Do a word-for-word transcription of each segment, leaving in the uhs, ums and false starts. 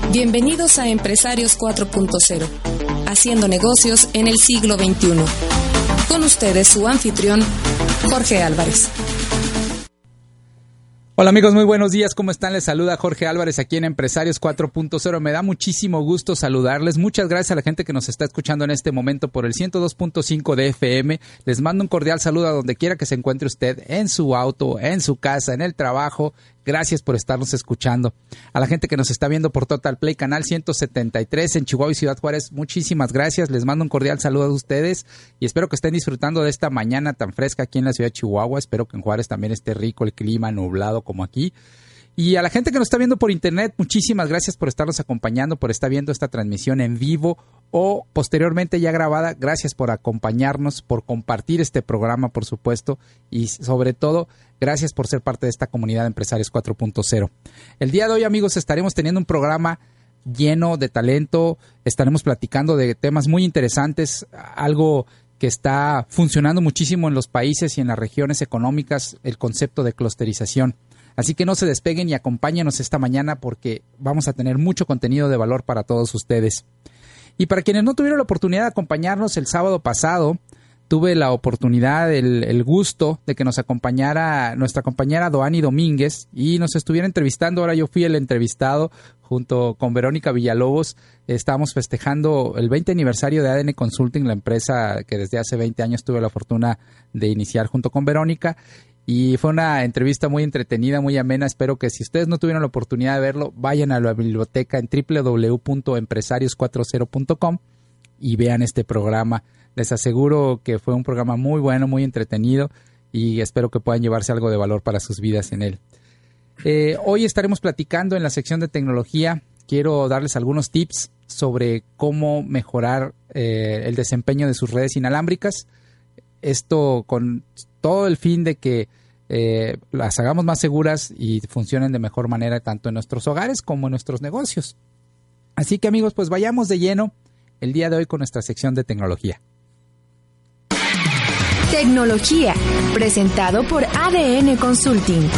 Bienvenidos a Empresarios cuatro punto cero, haciendo negocios en el siglo veintiuno. Con ustedes su anfitrión, Jorge Álvarez. Hola amigos, muy buenos días, ¿cómo están? Les saluda Jorge Álvarez aquí en Empresarios cuatro punto cero. Me da muchísimo gusto saludarles. Muchas gracias a la gente que nos está escuchando en este momento por el ciento dos punto cinco de F M. Les mando un cordial saludo a donde quiera que se encuentre usted, en su auto, en su casa, en el trabajo. Gracias por estarnos escuchando. A la gente que nos está viendo por Total Play, canal ciento setenta y tres en Chihuahua y Ciudad Juárez, muchísimas gracias. Les mando un cordial saludo a ustedes y espero que estén disfrutando de esta mañana tan fresca aquí en la ciudad de Chihuahua. Espero que en Juárez también esté rico el clima, nublado como aquí. Y a la gente que nos está viendo por internet, muchísimas gracias por estarnos acompañando, por estar viendo esta transmisión en vivo o posteriormente ya grabada. Gracias por acompañarnos, por compartir este programa, por supuesto, y sobre todo, gracias por ser parte de esta comunidad de Empresarios cuatro punto cero. El día de hoy, amigos, estaremos teniendo un programa lleno de talento, estaremos platicando de temas muy interesantes, algo que está funcionando muchísimo en los países y en las regiones económicas, el concepto de clusterización. Así que no se despeguen y acompáñenos esta mañana porque vamos a tener mucho contenido de valor para todos ustedes. Y para quienes no tuvieron la oportunidad de acompañarnos el sábado pasado, tuve la oportunidad, el, el gusto de que nos acompañara nuestra compañera Doani Domínguez y nos estuviera entrevistando. Ahora yo fui el entrevistado junto con Verónica Villalobos. Estábamos festejando el veinte aniversario de A D N Consulting, la empresa que desde hace veinte años tuve la fortuna de iniciar junto con Verónica. Y fue una entrevista muy entretenida, muy amena. Espero que si ustedes no tuvieron la oportunidad de verlo, vayan a la biblioteca en doble u doble u doble u punto empresarios cuarenta punto com y vean este programa. Les aseguro que fue un programa muy bueno, muy entretenido y espero que puedan llevarse algo de valor para sus vidas en él. Eh, hoy estaremos platicando en la sección de tecnología. Quiero darles algunos tips sobre cómo mejorar eh, el desempeño de sus redes inalámbricas. Esto con todo el fin de que eh, las hagamos más seguras y funcionen de mejor manera tanto en nuestros hogares como en nuestros negocios. Así que amigos, pues vayamos de lleno el día de hoy con nuestra sección de tecnología. Tecnología, presentado por A D N Consulting.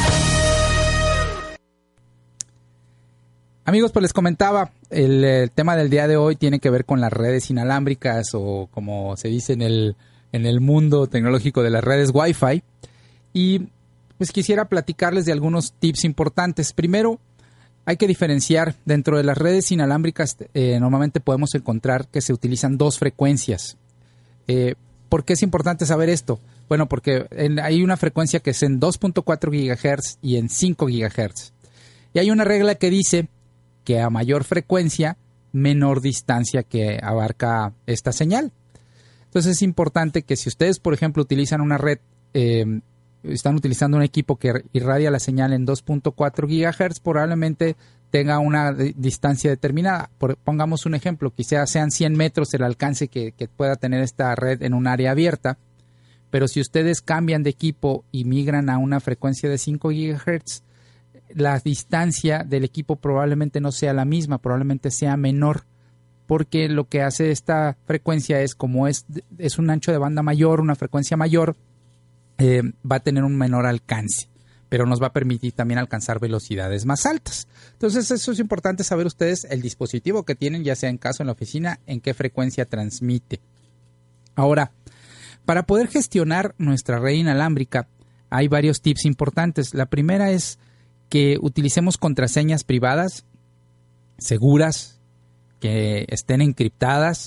Amigos, pues les comentaba, el, el tema del día de hoy tiene que ver con las redes inalámbricas o como se dice en el en el mundo tecnológico de las redes Wi-Fi, y pues quisiera platicarles de algunos tips importantes. Primero, hay que diferenciar dentro de las redes inalámbricas. Eh, normalmente podemos encontrar que se utilizan dos frecuencias. Eh, ¿Por qué es importante saber esto? Bueno, porque en, hay una frecuencia que es en dos punto cuatro gigahertz y en cinco gigahertz. Y hay una regla que dice que a mayor frecuencia, menor distancia que abarca esta señal. Entonces es importante que si ustedes, por ejemplo, utilizan una red, eh, están utilizando un equipo que irradia la señal en dos punto cuatro gigahertz, probablemente tenga una de, distancia determinada. Por, pongamos un ejemplo, quizás sean cien metros el alcance que, que pueda tener esta red en un área abierta, pero si ustedes cambian de equipo y migran a una frecuencia de cinco gigahertz, la distancia del equipo probablemente no sea la misma, probablemente sea menor. Porque lo que hace esta frecuencia es, como es, es un ancho de banda mayor, una frecuencia mayor, eh, va a tener un menor alcance, pero nos va a permitir también alcanzar velocidades más altas. Entonces eso es importante saber ustedes el dispositivo que tienen, ya sea en caso en la oficina, en qué frecuencia transmite. Ahora, para poder gestionar nuestra red inalámbrica hay varios tips importantes. La primera es que utilicemos contraseñas privadas, seguras, que estén encriptadas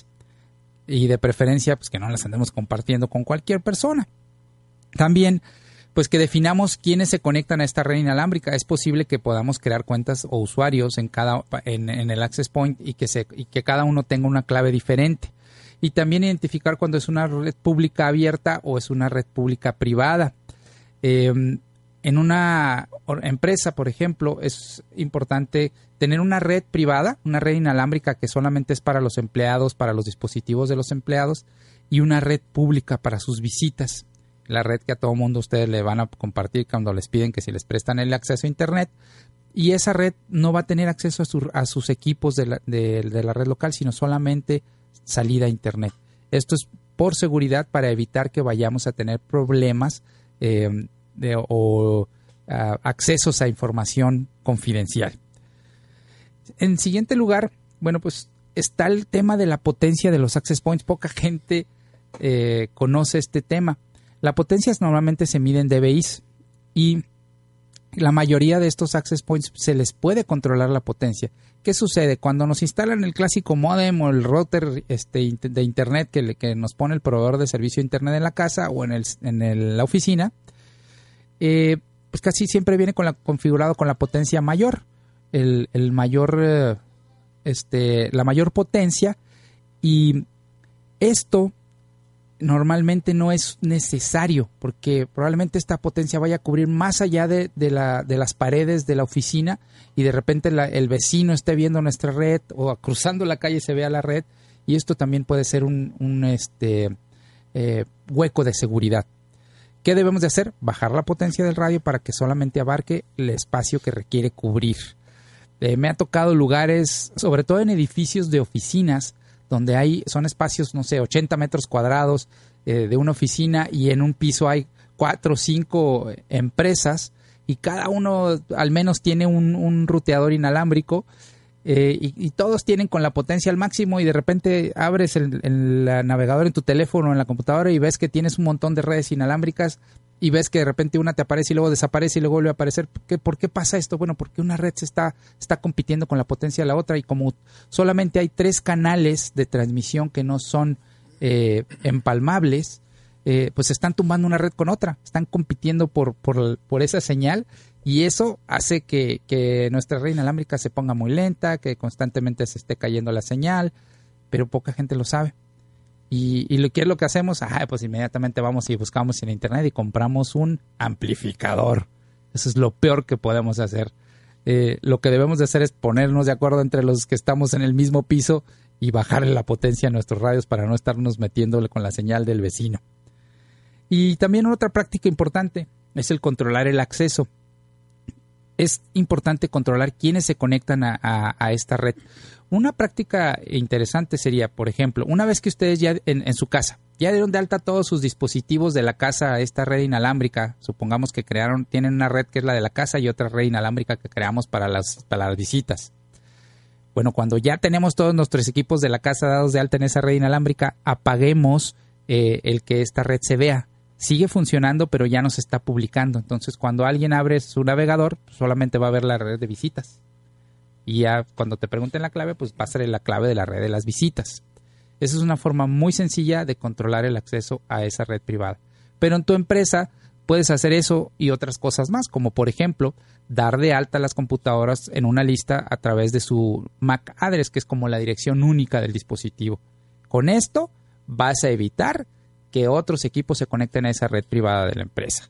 y de preferencia pues que no las andemos compartiendo con cualquier persona. También pues que definamos quiénes se conectan a esta red inalámbrica. Es posible que podamos crear cuentas o usuarios en cada en, en el access point y que se y que cada uno tenga una clave diferente. Y también identificar cuando es una red pública abierta o es una red pública privada. Eh, En una empresa, por ejemplo, es importante tener una red privada, una red inalámbrica que solamente es para los empleados, para los dispositivos de los empleados, y una red pública para sus visitas. La red que a todo mundo ustedes le van a compartir cuando les piden que si les prestan el acceso a Internet. Y esa red no va a tener acceso a, su, a sus equipos de la, de, de la red local, sino solamente salida a Internet. Esto es por seguridad para evitar que vayamos a tener problemas eh, de, o uh, accesos a información confidencial. En siguiente lugar, bueno, pues está el tema de la potencia de los access points. Poca gente eh, conoce este tema. La potencia normalmente se mide en D B Is y la mayoría de estos access points se les puede controlar la potencia. ¿Qué sucede? Cuando nos instalan el clásico modem o el router este, de internet que, le, que nos pone el proveedor de servicio de internet en la casa o en, el, en el, la oficina, eh, pues casi siempre viene con la, configurado con la potencia mayor, el, el mayor, eh, este, la mayor potencia, y esto normalmente no es necesario porque probablemente esta potencia vaya a cubrir más allá de, de, la, de las paredes de la oficina y de repente la, el vecino esté viendo nuestra red o cruzando la calle se vea la red, y esto también puede ser un, un este, eh, hueco de seguridad. ¿Qué debemos de hacer? Bajar la potencia del radio para que solamente abarque el espacio que requiere cubrir. Eh, me ha tocado lugares, sobre todo en edificios de oficinas, donde hay, son espacios, no sé, ochenta metros cuadrados eh, de una oficina, y en un piso hay cuatro o cinco empresas y cada uno al menos tiene un, un ruteador inalámbrico eh, y, y todos tienen con la potencia al máximo, y de repente abres el, el navegador en tu teléfono o en la computadora y ves que tienes un montón de redes inalámbricas y ves que de repente una te aparece y luego desaparece y luego vuelve a aparecer. ¿Por qué, ¿Por qué pasa esto? Bueno, porque una red se está, está compitiendo con la potencia de la otra, y como solamente hay tres canales de transmisión que no son eh, empalmables, eh, pues están tumbando una red con otra, están compitiendo por, por, por esa señal, y eso hace que, que nuestra red inalámbrica se ponga muy lenta, que constantemente se esté cayendo la señal, pero poca gente lo sabe. Y, y lo que es lo que hacemos, ah, pues inmediatamente vamos y buscamos en internet y compramos un amplificador. Eso es lo peor que podemos hacer. Eh, lo que debemos de hacer es ponernos de acuerdo entre los que estamos en el mismo piso y bajarle la potencia a nuestros radios para no estarnos metiéndole con la señal del vecino. Y también otra práctica importante es el controlar el acceso. Es importante controlar quiénes se conectan a, a, a esta red. Una práctica interesante sería, por ejemplo, una vez que ustedes ya en, en su casa ya dieron de alta todos sus dispositivos de la casa a esta red inalámbrica, supongamos que crearon, tienen una red que es la de la casa y otra red inalámbrica que creamos para las, para las visitas. Bueno, cuando ya tenemos todos nuestros equipos de la casa dados de alta en esa red inalámbrica, apaguemos eh, el que esta red se vea. Sigue funcionando, pero ya no se está publicando. Entonces, cuando alguien abre su navegador, solamente va a ver la red de visitas. Y ya cuando te pregunten la clave, pues va a ser la clave de la red de las visitas. Esa es una forma muy sencilla de controlar el acceso a esa red privada. Pero en tu empresa puedes hacer eso y otras cosas más, como por ejemplo, dar de alta las computadoras en una lista a través de su M A C address, que es como la dirección única del dispositivo. Con esto vas a evitar que otros equipos se conecten a esa red privada de la empresa.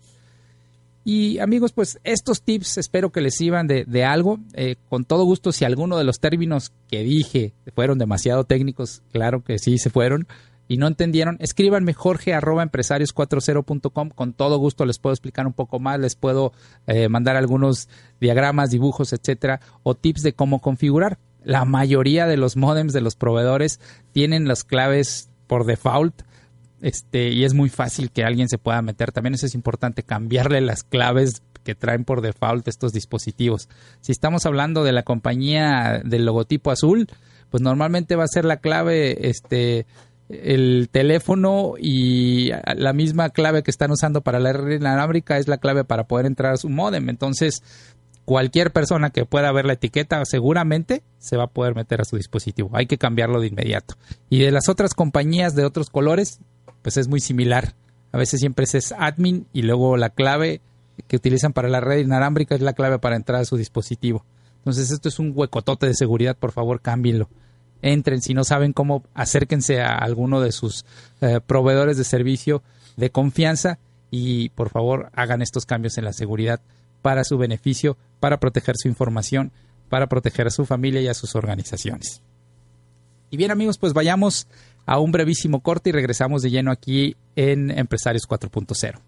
Y amigos, pues estos tips espero que les sirvan de, de algo. Eh, con todo gusto, si alguno de los términos que dije fueron demasiado técnicos, claro que sí se fueron, y no entendieron, escríbanme jorge arroba empresarios cuarenta punto com. Con todo gusto les puedo explicar un poco más, les puedo eh, mandar algunos diagramas, dibujos, etcétera, o tips de cómo configurar. La mayoría de los módems de los proveedores tienen las claves por default. Este, y es muy fácil que alguien se pueda meter. También eso es importante, cambiarle las claves que traen por default estos dispositivos. Si estamos hablando de la compañía del logotipo azul, pues normalmente va a ser la clave, este, el teléfono, y la misma clave que están usando para la red inalámbrica es la clave para poder entrar a su módem. Entonces, cualquier persona que pueda ver la etiqueta seguramente se va a poder meter a su dispositivo. Hay que cambiarlo de inmediato. Y de las otras compañías de otros colores, pues es muy similar. A veces siempre es admin y luego la clave que utilizan para la red inalámbrica es la clave para entrar a su dispositivo. Entonces esto es un huecotote de seguridad, por favor cámbienlo. Entren, si no saben cómo, acérquense a alguno de sus eh, proveedores de servicio de confianza y por favor hagan estos cambios en la seguridad para su beneficio, para proteger su información, para proteger a su familia y a sus organizaciones. Y bien amigos, pues vayamos a un brevísimo corte y regresamos de lleno aquí en Empresarios cuatro punto cero.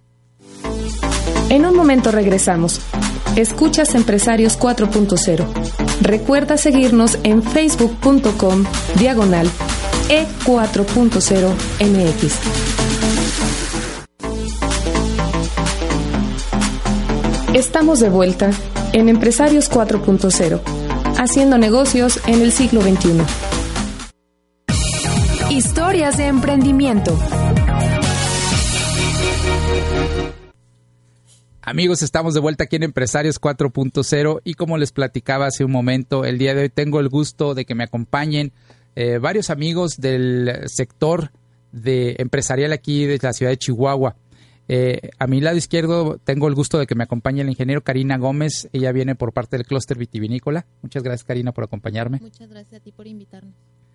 En un momento regresamos. Escuchas Empresarios cuatro punto cero. Recuerda seguirnos en facebook punto com diagonal e cuatro punto cero m x. Estamos de vuelta en Empresarios cuatro punto cero. haciendo negocios en el siglo veintiuno. Historias de emprendimiento. Amigos, estamos de vuelta aquí en Empresarios cuatro punto cero y como les platicaba hace un momento, el día de hoy tengo el gusto de que me acompañen eh, varios amigos del sector de empresarial aquí de la ciudad de Chihuahua. Eh, a mi lado izquierdo tengo el gusto de que me acompañe la ingeniero Karina Gómez. Ella viene por parte del clúster vitivinícola. Muchas gracias, Karina, por acompañarme. Muchas gracias a ti por invitarnos.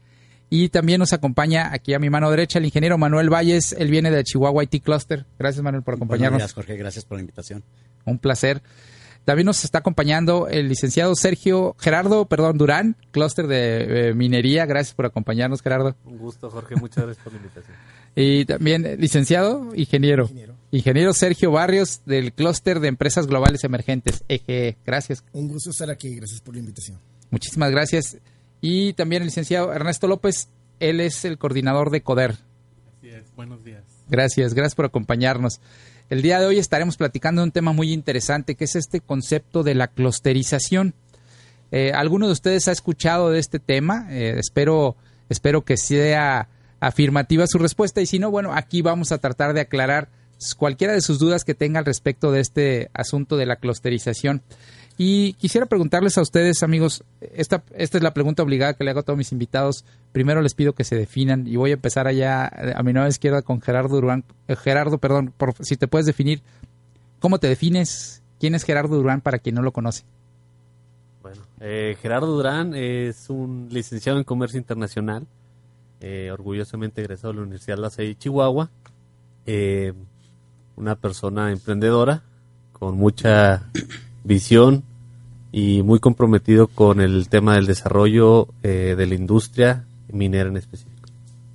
Y también nos acompaña aquí a mi mano derecha el ingeniero Manuel Valles. Él viene de Chihuahua I T Cluster. Gracias, Manuel, por acompañarnos. Buenos días, Jorge. Gracias por la invitación. Un placer. También nos está acompañando el licenciado Sergio Gerardo, perdón, Durán, Cluster de eh, Minería. Gracias por acompañarnos, Gerardo. Un gusto, Jorge. Muchas gracias por la invitación. Y también eh, licenciado, ingeniero. ingeniero. Ingeniero Sergio Barrios del Cluster de Empresas Globales Emergentes, E G E. Gracias. Un gusto estar aquí. Gracias por la invitación. Muchísimas gracias. Y también el licenciado Ernesto López, él es el coordinador de CODER. Así es, buenos días. Gracias, gracias por acompañarnos. El día de hoy estaremos platicando de un tema muy interesante, que es este concepto de la clusterización. Eh, ¿Alguno de ustedes ha escuchado de este tema? Eh, espero, espero que sea afirmativa su respuesta, y si no, bueno, aquí vamos a tratar de aclarar cualquiera de sus dudas que tenga al respecto de este asunto de la clusterización. Y quisiera preguntarles a ustedes, amigos, esta, esta es la pregunta obligada que le hago a todos mis invitados. Primero les pido que se definan y voy a empezar allá a mi nueva izquierda con Gerardo Durán. Eh, Gerardo, perdón, por, si te puedes definir, ¿cómo te defines? ¿Quién es Gerardo Durán para quien no lo conoce? Bueno, eh, Gerardo Durán es un licenciado en Comercio Internacional, eh, orgullosamente egresado de la Universidad La Salle de Chihuahua, eh, una persona emprendedora con mucha visión y muy comprometido con el tema del desarrollo eh, de la industria minera en específico.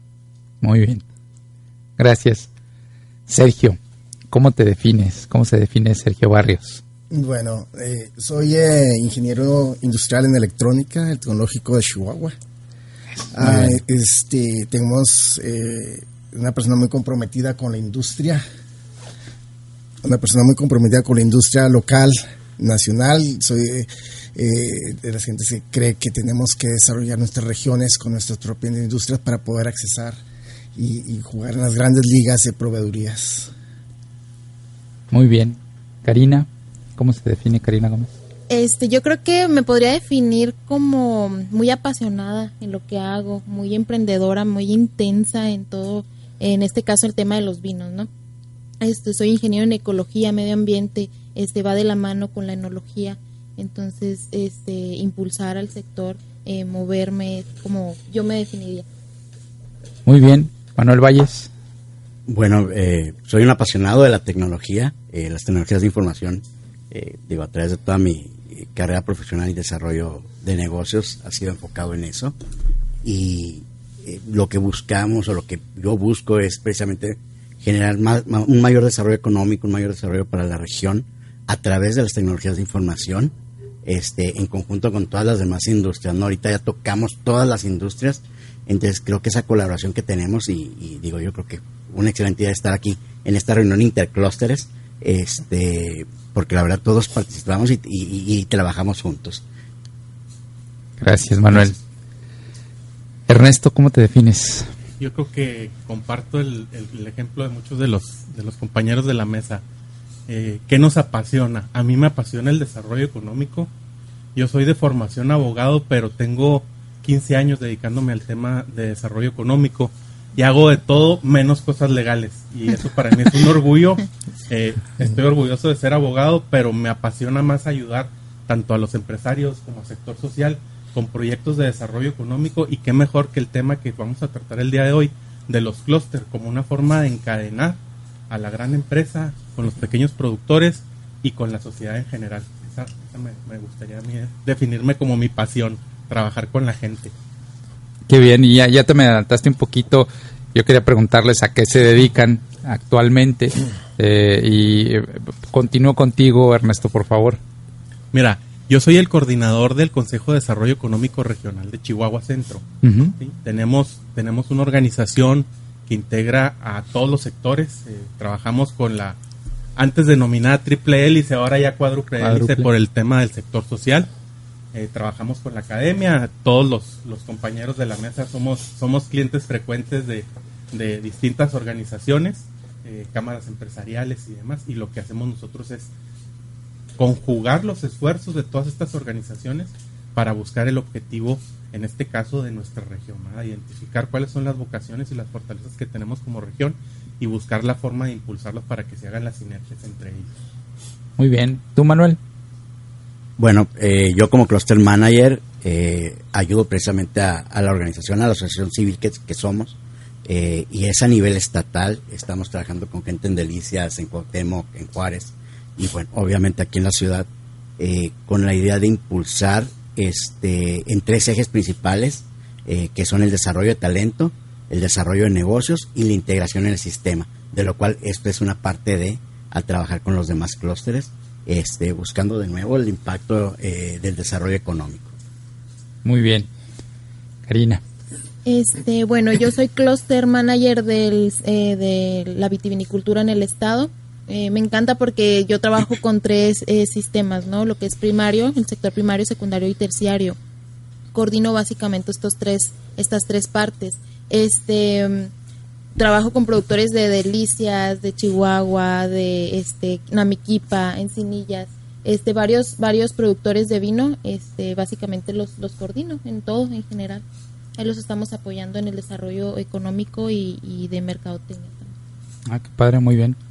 Muy bien, gracias. Sergio, ¿cómo te defines? ¿Cómo se define Sergio Barrios? Bueno, eh, soy eh, ingeniero industrial en electrónica del Tecnológico de Chihuahua. Ah, este, tenemos eh, una persona muy comprometida con la industria, una persona muy comprometida con la industria local, nacional. Soy eh, de las gentes que cree que tenemos que desarrollar nuestras regiones con nuestras propias industrias para poder accesar y, y jugar en las grandes ligas de proveedurías. Muy bien. Karina, ¿cómo se define Karina Gómez? Este, yo creo que me podría definir como muy apasionada en lo que hago, muy emprendedora, muy intensa en todo, en este caso el tema de los vinos, ¿no? Este, soy ingeniero en ecología, medio ambiente, este va de la mano con la enología, entonces este impulsar al sector, eh, moverme, como yo me definiría. Muy bien, Manuel Valles. Bueno, eh, soy un apasionado de la tecnología, eh, las tecnologías de información, eh, digo, a través de toda mi carrera profesional y desarrollo de negocios ha sido enfocado en eso, y eh, lo que buscamos o lo que yo busco es precisamente generar más, un mayor desarrollo económico, un mayor desarrollo para la región a través de las tecnologías de información, este, en conjunto con todas las demás industrias, ¿no? Ahorita ya tocamos todas las industrias, entonces creo que esa colaboración que tenemos, y, y digo, yo creo que una excelente idea estar aquí en esta reunión interclústeres, este, porque la verdad todos participamos y, y, y trabajamos juntos. Gracias, Manuel. Ernesto, ¿cómo te defines? Yo creo que comparto el, el, el ejemplo de muchos de los de los compañeros de la mesa. Eh, ¿Qué nos apasiona? A mí me apasiona el desarrollo económico. Yo soy de formación abogado, pero tengo quince años dedicándome al tema de desarrollo económico y hago de todo menos cosas legales. Y eso para mí es un orgullo. Eh, estoy orgulloso de ser abogado, pero me apasiona más ayudar tanto a los empresarios como al sector social con proyectos de desarrollo económico, y qué mejor que el tema que vamos a tratar el día de hoy de los clústeres como una forma de encadenar a la gran empresa con los pequeños productores y con la sociedad en general. Esa, esa me, me gustaría a mí definirme como mi pasión, trabajar con la gente. Qué bien, y ya, ya te me adelantaste un poquito. Yo quería preguntarles a qué se dedican actualmente, eh, y eh, continúo contigo, Ernesto, por favor. Mira, yo soy el coordinador del Consejo de Desarrollo Económico Regional de Chihuahua Centro. Uh-huh. ¿Sí? Tenemos, tenemos una organización que integra a todos los sectores. Eh, trabajamos con la antes denominada triple hélice, ahora ya cuádruple hélice por el tema del sector social. Eh, trabajamos con la academia, todos los, los compañeros de la mesa somos, somos clientes frecuentes de, de distintas organizaciones, eh, cámaras empresariales y demás, y lo que hacemos nosotros es conjugar los esfuerzos de todas estas organizaciones para buscar el objetivo, en este caso de nuestra región, ¿verdad? Identificar cuáles son las vocaciones y las fortalezas que tenemos como región y buscar la forma de impulsarlos para que se hagan las sinergias entre ellos. Muy bien. ¿Tú, Manuel? Bueno, eh, yo como Cluster Manager eh, ayudo precisamente a, a la organización, a la asociación civil que, que somos, eh, y es a nivel estatal. Estamos trabajando con gente en Delicias, en Cuauhtémoc, en Juárez, y bueno, obviamente aquí en la ciudad, eh, con la idea de impulsar este en tres ejes principales, eh, que son el desarrollo de talento, el desarrollo de negocios y la integración en el sistema, de lo cual esto es una parte de, al trabajar con los demás clústeres, Este, buscando de nuevo el impacto eh, del desarrollo económico. Muy bien. Karina. Este, bueno, yo soy cluster manager del, eh, de la vitivinicultura en el estado. Eh, me encanta porque yo trabajo con tres eh, sistemas, ¿no? Lo que es primario, el sector primario, secundario y terciario. Coordino básicamente estos tres, estas tres partes. Este... Trabajo con productores de Delicias, de Chihuahua, de este Namiquipa, Encinillas, este varios varios productores de vino, este básicamente los los coordino en todo en general. Ahí los estamos apoyando en el desarrollo económico y, y de mercadotecnia. Ah, qué padre, muy bien.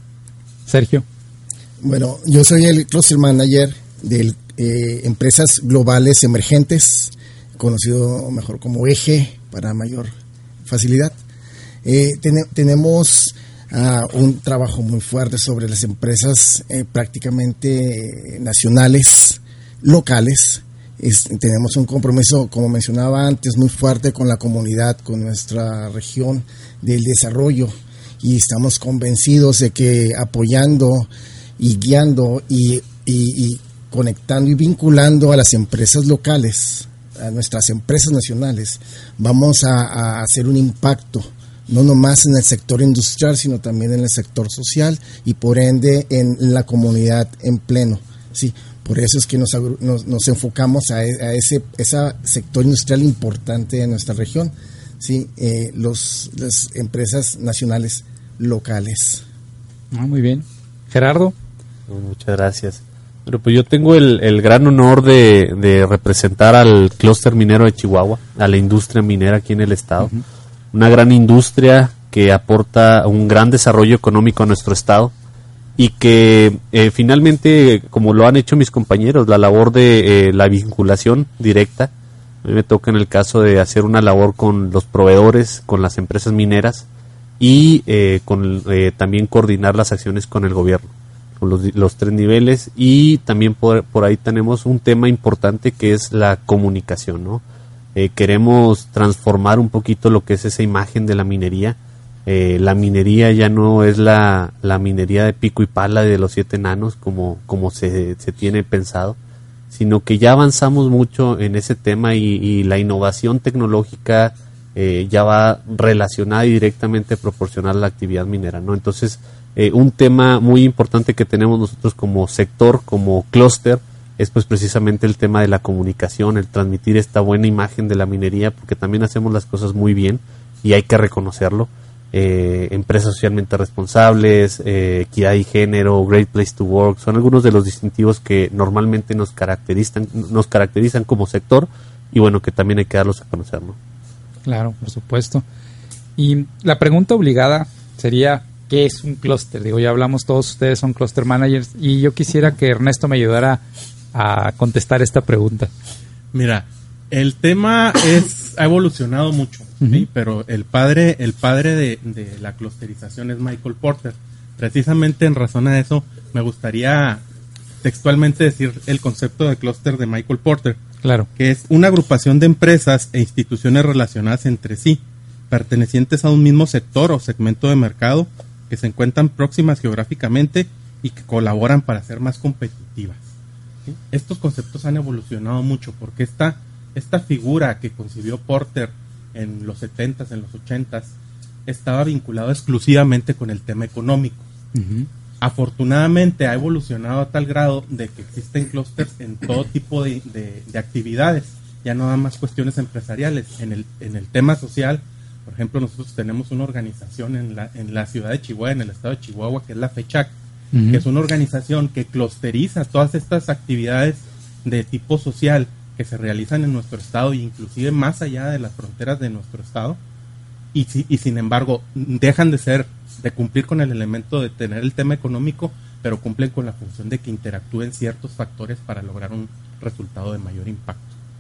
Sergio. Bueno, yo soy el cluster manager de eh, empresas globales emergentes, conocido mejor como Eje para mayor facilidad. Eh, ten, tenemos uh, un trabajo muy fuerte sobre las empresas eh, prácticamente eh, nacionales, locales. Es, tenemos un compromiso, como mencionaba antes, muy fuerte con la comunidad, con nuestra región del desarrollo, y estamos convencidos de que apoyando y guiando y, y, y conectando y vinculando a las empresas locales, a nuestras empresas nacionales, vamos a, a hacer un impacto no nomás en el sector industrial, sino también en el sector social y por ende en la comunidad en pleno. Sí, por eso es que nos, nos, nos enfocamos a, a ese, ese sector industrial importante de nuestra región, sí, eh, los, las empresas nacionales locales. Ah, muy bien. Gerardo. Muchas gracias. Bueno, pues yo tengo el, el gran honor de, de representar al clúster minero de Chihuahua, a la industria minera aquí en el estado. Uh-huh. Una gran industria que aporta un gran desarrollo económico a nuestro estado y que eh, finalmente, como lo han hecho mis compañeros, la labor de eh, la vinculación directa, a mí me toca en el caso de hacer una labor con los proveedores, con las empresas mineras y eh, con eh, también coordinar las acciones con el gobierno, con los, los tres niveles, y también por, por ahí tenemos un tema importante que es la comunicación, ¿no? Eh, queremos transformar un poquito lo que es esa imagen de la minería. Eh, la minería ya no es la, la minería de pico y pala de los siete enanos como, como se, se tiene pensado, sino que ya avanzamos mucho en ese tema y, y la innovación tecnológica eh, ya va relacionada y directamente proporcional a la actividad minera, ¿no? Entonces, eh, un tema muy importante que tenemos nosotros como sector, como clúster, es pues precisamente el tema de la comunicación, el transmitir esta buena imagen de la minería, porque también hacemos las cosas muy bien y hay que reconocerlo. Eh, empresas socialmente responsables, eh, equidad y género, Great Place to Work, son algunos de los distintivos que normalmente nos caracterizan, nos caracterizan como sector, y bueno, que también hay que darlos a conocer, ¿no? Claro, por supuesto. Y la pregunta obligada sería, ¿qué es un clúster? Digo, ya hablamos, todos ustedes son cluster managers, y yo quisiera que Ernesto me ayudara a contestar esta pregunta. Mira, el tema es ha evolucionado mucho, uh-huh. ¿sí? Pero el padre el padre de, de la clusterización es Michael Porter. Precisamente en razón a eso me gustaría textualmente decir el concepto de clúster de Michael Porter, claro, que es una agrupación de empresas e instituciones relacionadas entre sí, pertenecientes a un mismo sector o segmento de mercado, que se encuentran próximas geográficamente y que colaboran para ser más competitivas. ¿Sí? Estos conceptos han evolucionado mucho porque esta, esta figura que concibió Porter en los setentas, en los ochentas, estaba vinculado exclusivamente con el tema económico. Uh-huh. Afortunadamente ha evolucionado a tal grado de que existen clústeres en todo tipo de, de, de actividades, ya no nada más cuestiones empresariales. En el, en el tema social, por ejemplo, nosotros tenemos una organización en la, en la ciudad de Chihuahua, en el estado de Chihuahua, que es la FECHAC, uh-huh. que es una organización que clusteriza todas estas actividades de tipo social que se realizan en nuestro estado e inclusive más allá de las fronteras de nuestro estado, y, si, y sin embargo dejan de ser de cumplir con el elemento de tener el tema económico, pero cumplen con la función de que interactúen ciertos factores para lograr un resultado de mayor impacto.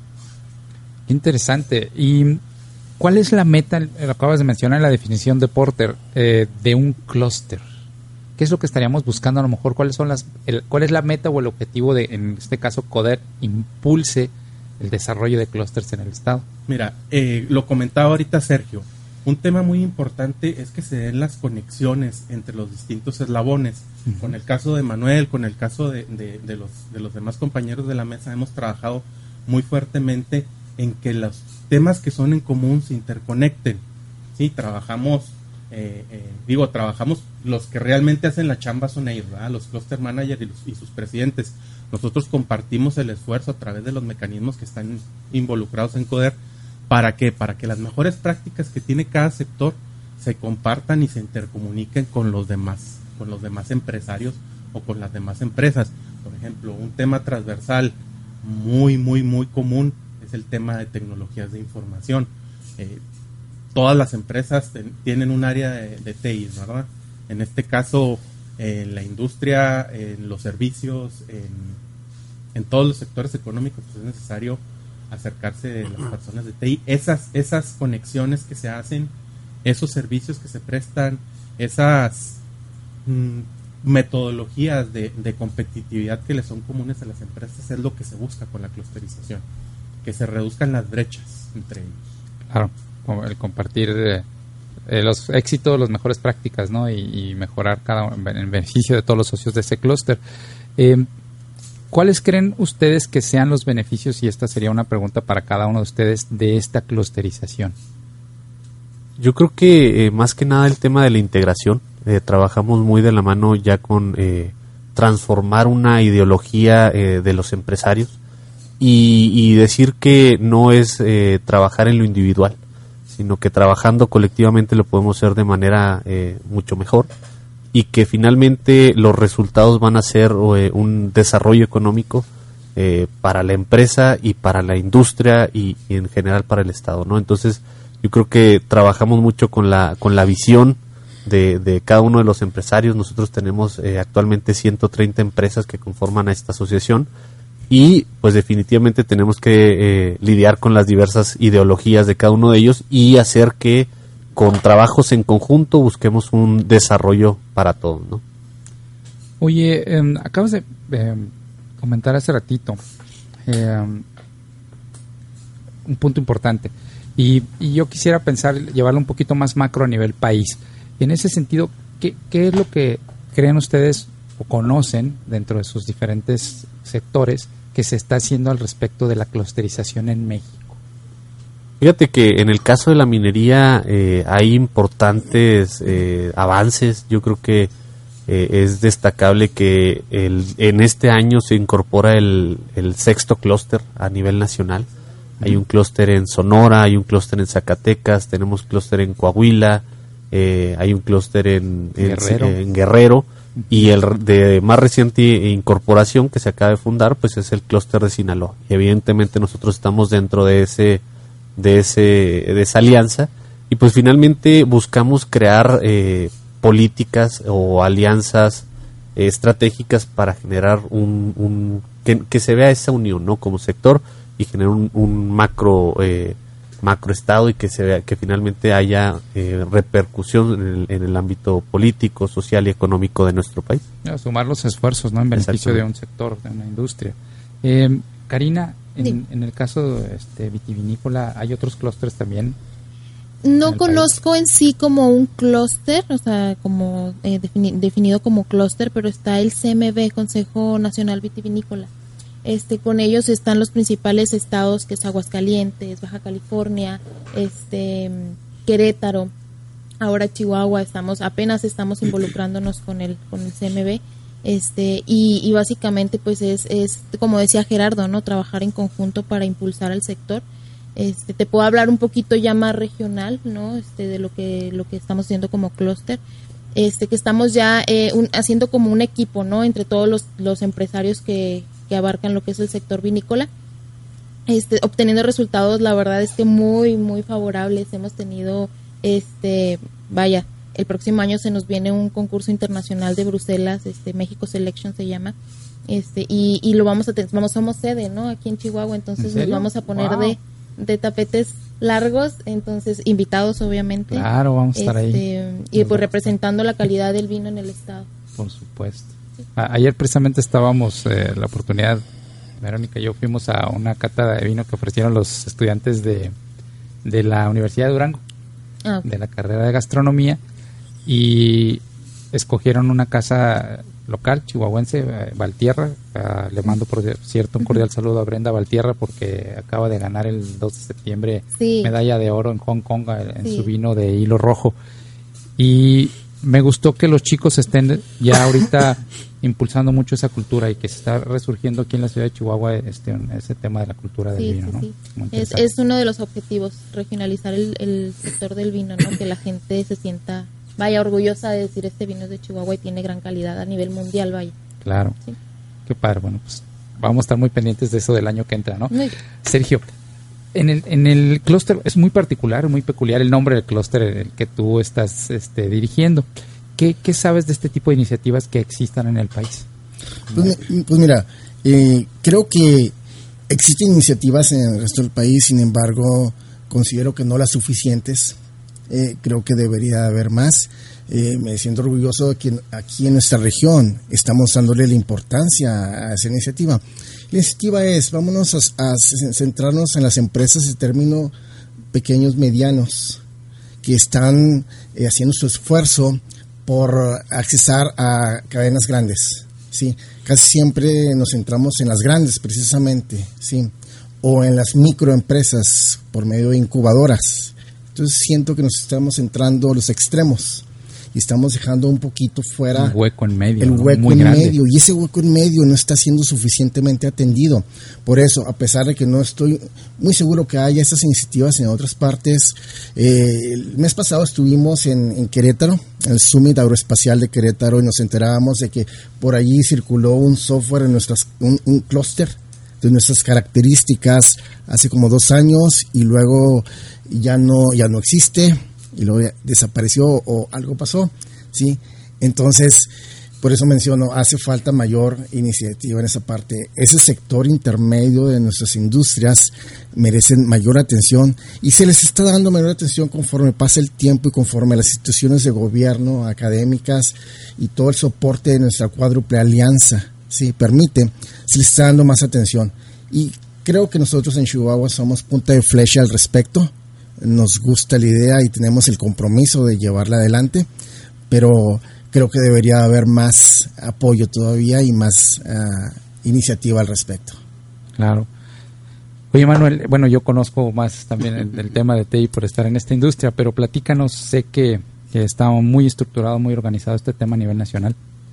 Qué interesante. ¿Y cuál es la meta, lo acabas de mencionar en la definición de Porter, eh, de un clúster? ¿Qué es lo que estaríamos buscando a lo mejor? ¿Cuáles son las, el, ¿Cuál es la meta o el objetivo de, en este caso, Coder impulse el desarrollo de clústeres en el estado? Mira, eh, lo comentaba ahorita Sergio. Un tema muy importante es que se den las conexiones entre los distintos eslabones. Uh-huh. Con el caso de Manuel, con el caso de, de, de, los, de los demás compañeros de la mesa, hemos trabajado muy fuertemente en que los temas que son en común se interconecten. Sí, trabajamos, eh, eh, digo, trabajamos, los que realmente hacen la chamba son ellos, ¿verdad? Los cluster managers y, los, y sus presidentes. Nosotros compartimos el esfuerzo a través de los mecanismos que están involucrados en Coder. ¿Para qué? Para que las mejores prácticas que tiene cada sector se compartan y se intercomuniquen con los demás, con los demás empresarios o con las demás empresas. Por ejemplo, un tema transversal muy, muy, muy común es el tema de tecnologías de información. Eh, todas las empresas ten, tienen un área de, de T I, ¿verdad? En este caso, en la industria, en los servicios, en, en todos los sectores económicos, pues es necesario acercarse de las personas de T I. Esas, esas conexiones que se hacen, esos servicios que se prestan, esas mm, metodologías de, de competitividad que le son comunes a las empresas es lo que se busca con la clusterización, que se reduzcan las brechas entre ellos. Claro, el compartir eh, eh, los éxitos, las mejores prácticas, ¿no? Y, y mejorar cada en beneficio de todos los socios de ese clúster. Eh, ¿Cuáles creen ustedes que sean los beneficios, y esta sería una pregunta para cada uno de ustedes, de esta clusterización? Yo creo que eh, más que nada el tema de la integración. Eh, trabajamos muy de la mano ya con eh, transformar una ideología eh, de los empresarios y, y decir que no es eh, trabajar en lo individual, sino que trabajando colectivamente lo podemos hacer de manera eh, mucho mejor. Y que finalmente los resultados van a ser eh, un desarrollo económico eh, para la empresa y para la industria y, y en general para el Estado, ¿no? Entonces yo creo que trabajamos mucho con la con la visión de, de cada uno de los empresarios. Nosotros tenemos eh, actualmente ciento treinta empresas que conforman a esta asociación y pues definitivamente tenemos que eh, lidiar con las diversas ideologías de cada uno de ellos y hacer que con trabajos en conjunto busquemos un desarrollo para todos, ¿no? Oye, eh, acabas de eh, comentar hace ratito eh, un punto importante y, y yo quisiera pensar, llevarlo un poquito más macro a nivel país. En ese sentido, ¿qué, qué es lo que creen ustedes o conocen dentro de sus diferentes sectores que se está haciendo al respecto de la clusterización en México? Fíjate que en el caso de la minería eh, hay importantes eh, avances. Yo creo que eh, es destacable que el, en este año se incorpora el, el sexto clúster a nivel nacional. Hay un clúster en Sonora, hay un clúster en Zacatecas, tenemos clúster en Coahuila, eh, hay un clúster en, en Guerrero, en Guerrero y el de más reciente incorporación que se acaba de fundar pues es el clúster de Sinaloa. Y evidentemente nosotros estamos dentro de ese de ese de esa alianza y pues finalmente buscamos crear eh, políticas o alianzas eh, estratégicas para generar un, un que, que se vea esa unión, ¿no? Como sector y generar un, un macro eh, macro estado y que se vea que finalmente haya eh, repercusión en el, en el ámbito político, social y económico de nuestro país. Sumar los esfuerzos, ¿no? En beneficio de un sector, de una industria. Eh, Karina, En, en el caso este, vitivinícola, ¿hay otros clústeres también? No conozco país? En sí como un clúster, o sea, como eh, defini- definido como clúster, pero está el C M B, Consejo Nacional Vitivinícola. Este, con ellos están los principales estados, que es Aguascalientes, Baja California, este, Querétaro, ahora Chihuahua, estamos apenas estamos involucrándonos con el con el C M B, este y, y básicamente pues es es como decía Gerardo, ¿no? Trabajar en conjunto para impulsar al sector. Este te puedo hablar un poquito ya más regional, ¿no? Este de lo que lo que estamos haciendo como clúster. Este que estamos ya eh, un, haciendo como un equipo, ¿no? Entre todos los, los empresarios que, que abarcan lo que es el sector vinícola, este, obteniendo resultados, la verdad es que muy, muy favorables. Hemos tenido, este, vaya, el próximo año se nos viene un concurso internacional de Bruselas, este, México Selection se llama, este, y, y lo vamos a tener, vamos, somos sede, ¿no? Aquí en Chihuahua, entonces nos vamos a poner wow. de, de tapetes largos, entonces invitados obviamente. Claro, vamos a estar este, ahí. Y pues representando la calidad del vino en el estado. Por supuesto. Sí. A- ayer precisamente estábamos, eh, la oportunidad, Verónica y yo fuimos a una cata de vino que ofrecieron los estudiantes de, de la Universidad de Durango, ah, okay. de la carrera de gastronomía, y escogieron una casa local, chihuahuense, eh, Valtierra. Uh, le mando, por cierto, un cordial saludo a Brenda Valtierra porque acaba de ganar el dos de septiembre sí. medalla de oro en Hong Kong en sí. su vino de hilo rojo. Y me gustó que los chicos estén ya ahorita impulsando mucho esa cultura y que se está resurgiendo aquí en la ciudad de Chihuahua este ese tema de la cultura del sí, vino, sí, ¿no? Sí. Es, es uno de los objetivos, regionalizar el, el sector del vino, ¿no? Que la gente se sienta, vaya, orgullosa de decir este vino es de Chihuahua y tiene gran calidad a nivel mundial, vaya. Claro. Sí. Qué padre. Bueno, pues vamos a estar muy pendientes de eso del año que entra, ¿no? Muy Sergio, en el en el clúster es muy particular, muy peculiar el nombre del clúster en el que tú estás este, dirigiendo. ¿Qué, ¿Qué sabes de este tipo de iniciativas que existan en el país? Pues, pues mira, eh, creo que existen iniciativas en el resto del país, sin embargo, considero que no las suficientes. Eh, creo que debería haber más. Eh, me siento orgulloso de que aquí en nuestra región estamos dándole la importancia a esa iniciativa. La iniciativa es, vámonos a, a centrarnos en las empresas de término pequeños, medianos, que están eh, haciendo su esfuerzo por accesar a cadenas grandes, ¿sí? Casi siempre nos centramos en las grandes, precisamente, ¿sí? O en las microempresas por medio de incubadoras. Entonces siento que nos estamos entrando a los extremos y estamos dejando un poquito fuera un hueco en medio, el hueco muy en grande. medio, y ese hueco en medio no está siendo suficientemente atendido. Por eso, a pesar de que no estoy muy seguro que haya estas iniciativas en otras partes, eh, el mes pasado estuvimos en, en Querétaro, en el Summit Aeroespacial de Querétaro, y nos enterábamos de que por allí circuló un software en nuestras, un, un clúster de nuestras características hace como dos años y luego ya no ya no existe y luego desapareció o algo pasó, ¿sí? Entonces, por eso menciono, hace falta mayor iniciativa en esa parte. Ese sector intermedio de nuestras industrias merecen mayor atención y se les está dando mayor atención conforme pasa el tiempo y conforme las instituciones de gobierno, académicas y todo el soporte de nuestra cuádruple alianza, ¿sí? Permite, se les está dando más atención. Y creo que nosotros en Chihuahua somos punta de flecha al respecto. Nos gusta la idea y tenemos el compromiso de llevarla adelante, pero creo que debería haber más apoyo todavía y más uh, iniciativa al respecto. Claro. Oye, Manuel, bueno, yo conozco más también el, el tema de T I por estar en esta industria, pero platícanos, sé que, que está muy estructurado, muy organizado este tema a nivel nacional.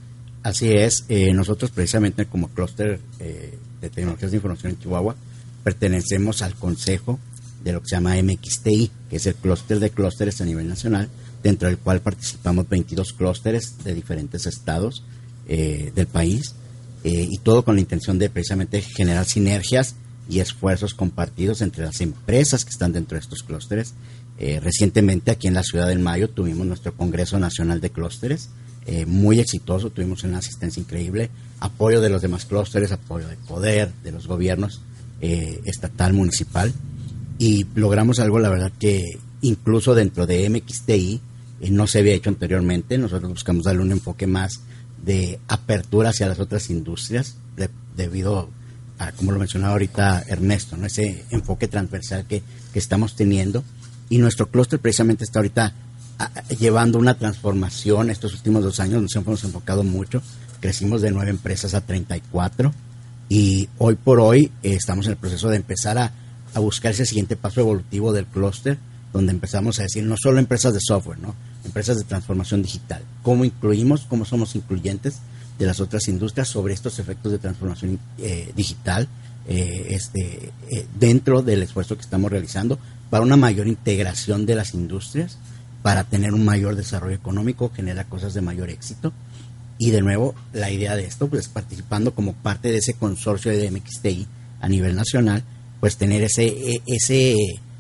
Así es, eh, nosotros precisamente como clúster eh, de tecnologías de información en Chihuahua pertenecemos al consejo de lo que se llama M X T I, que es el clúster de clústeres a nivel nacional, dentro del cual participamos veintidós clústeres de diferentes estados eh, del país, eh, y todo con la intención de precisamente generar sinergias y esfuerzos compartidos entre las empresas que están dentro de estos clústeres. Eh, recientemente aquí en la Ciudad del Mayo tuvimos nuestro Congreso Nacional de Clústeres, eh, muy exitoso, tuvimos una asistencia increíble, apoyo de los demás clústeres, apoyo de poder, de los gobiernos eh, estatal, municipal, y logramos algo, la verdad, que incluso dentro de M X T I eh, no se había hecho anteriormente. Nosotros buscamos darle un enfoque más de apertura hacia las otras industrias, de, debido a, como lo mencionaba ahorita Ernesto, ¿no? Ese enfoque transversal que, que estamos teniendo. Y nuestro clúster precisamente está ahorita a, a, llevando una transformación. Estos últimos dos años nos hemos enfocado mucho. Crecimos de nueve empresas a treinta y cuatro y hoy por hoy eh, estamos en el proceso de empezar a a buscar ese siguiente paso evolutivo del clúster, donde empezamos a decir, no solo empresas de software, ¿no? Empresas de transformación digital. ¿Cómo incluimos, cómo somos incluyentes de las otras industrias sobre estos efectos de transformación eh, digital eh, este, eh, dentro del esfuerzo que estamos realizando para una mayor integración de las industrias, para tener un mayor desarrollo económico, generar cosas de mayor éxito? Y de nuevo, la idea de esto, pues participando como parte de ese consorcio de M X T I a nivel nacional, pues tener ese ese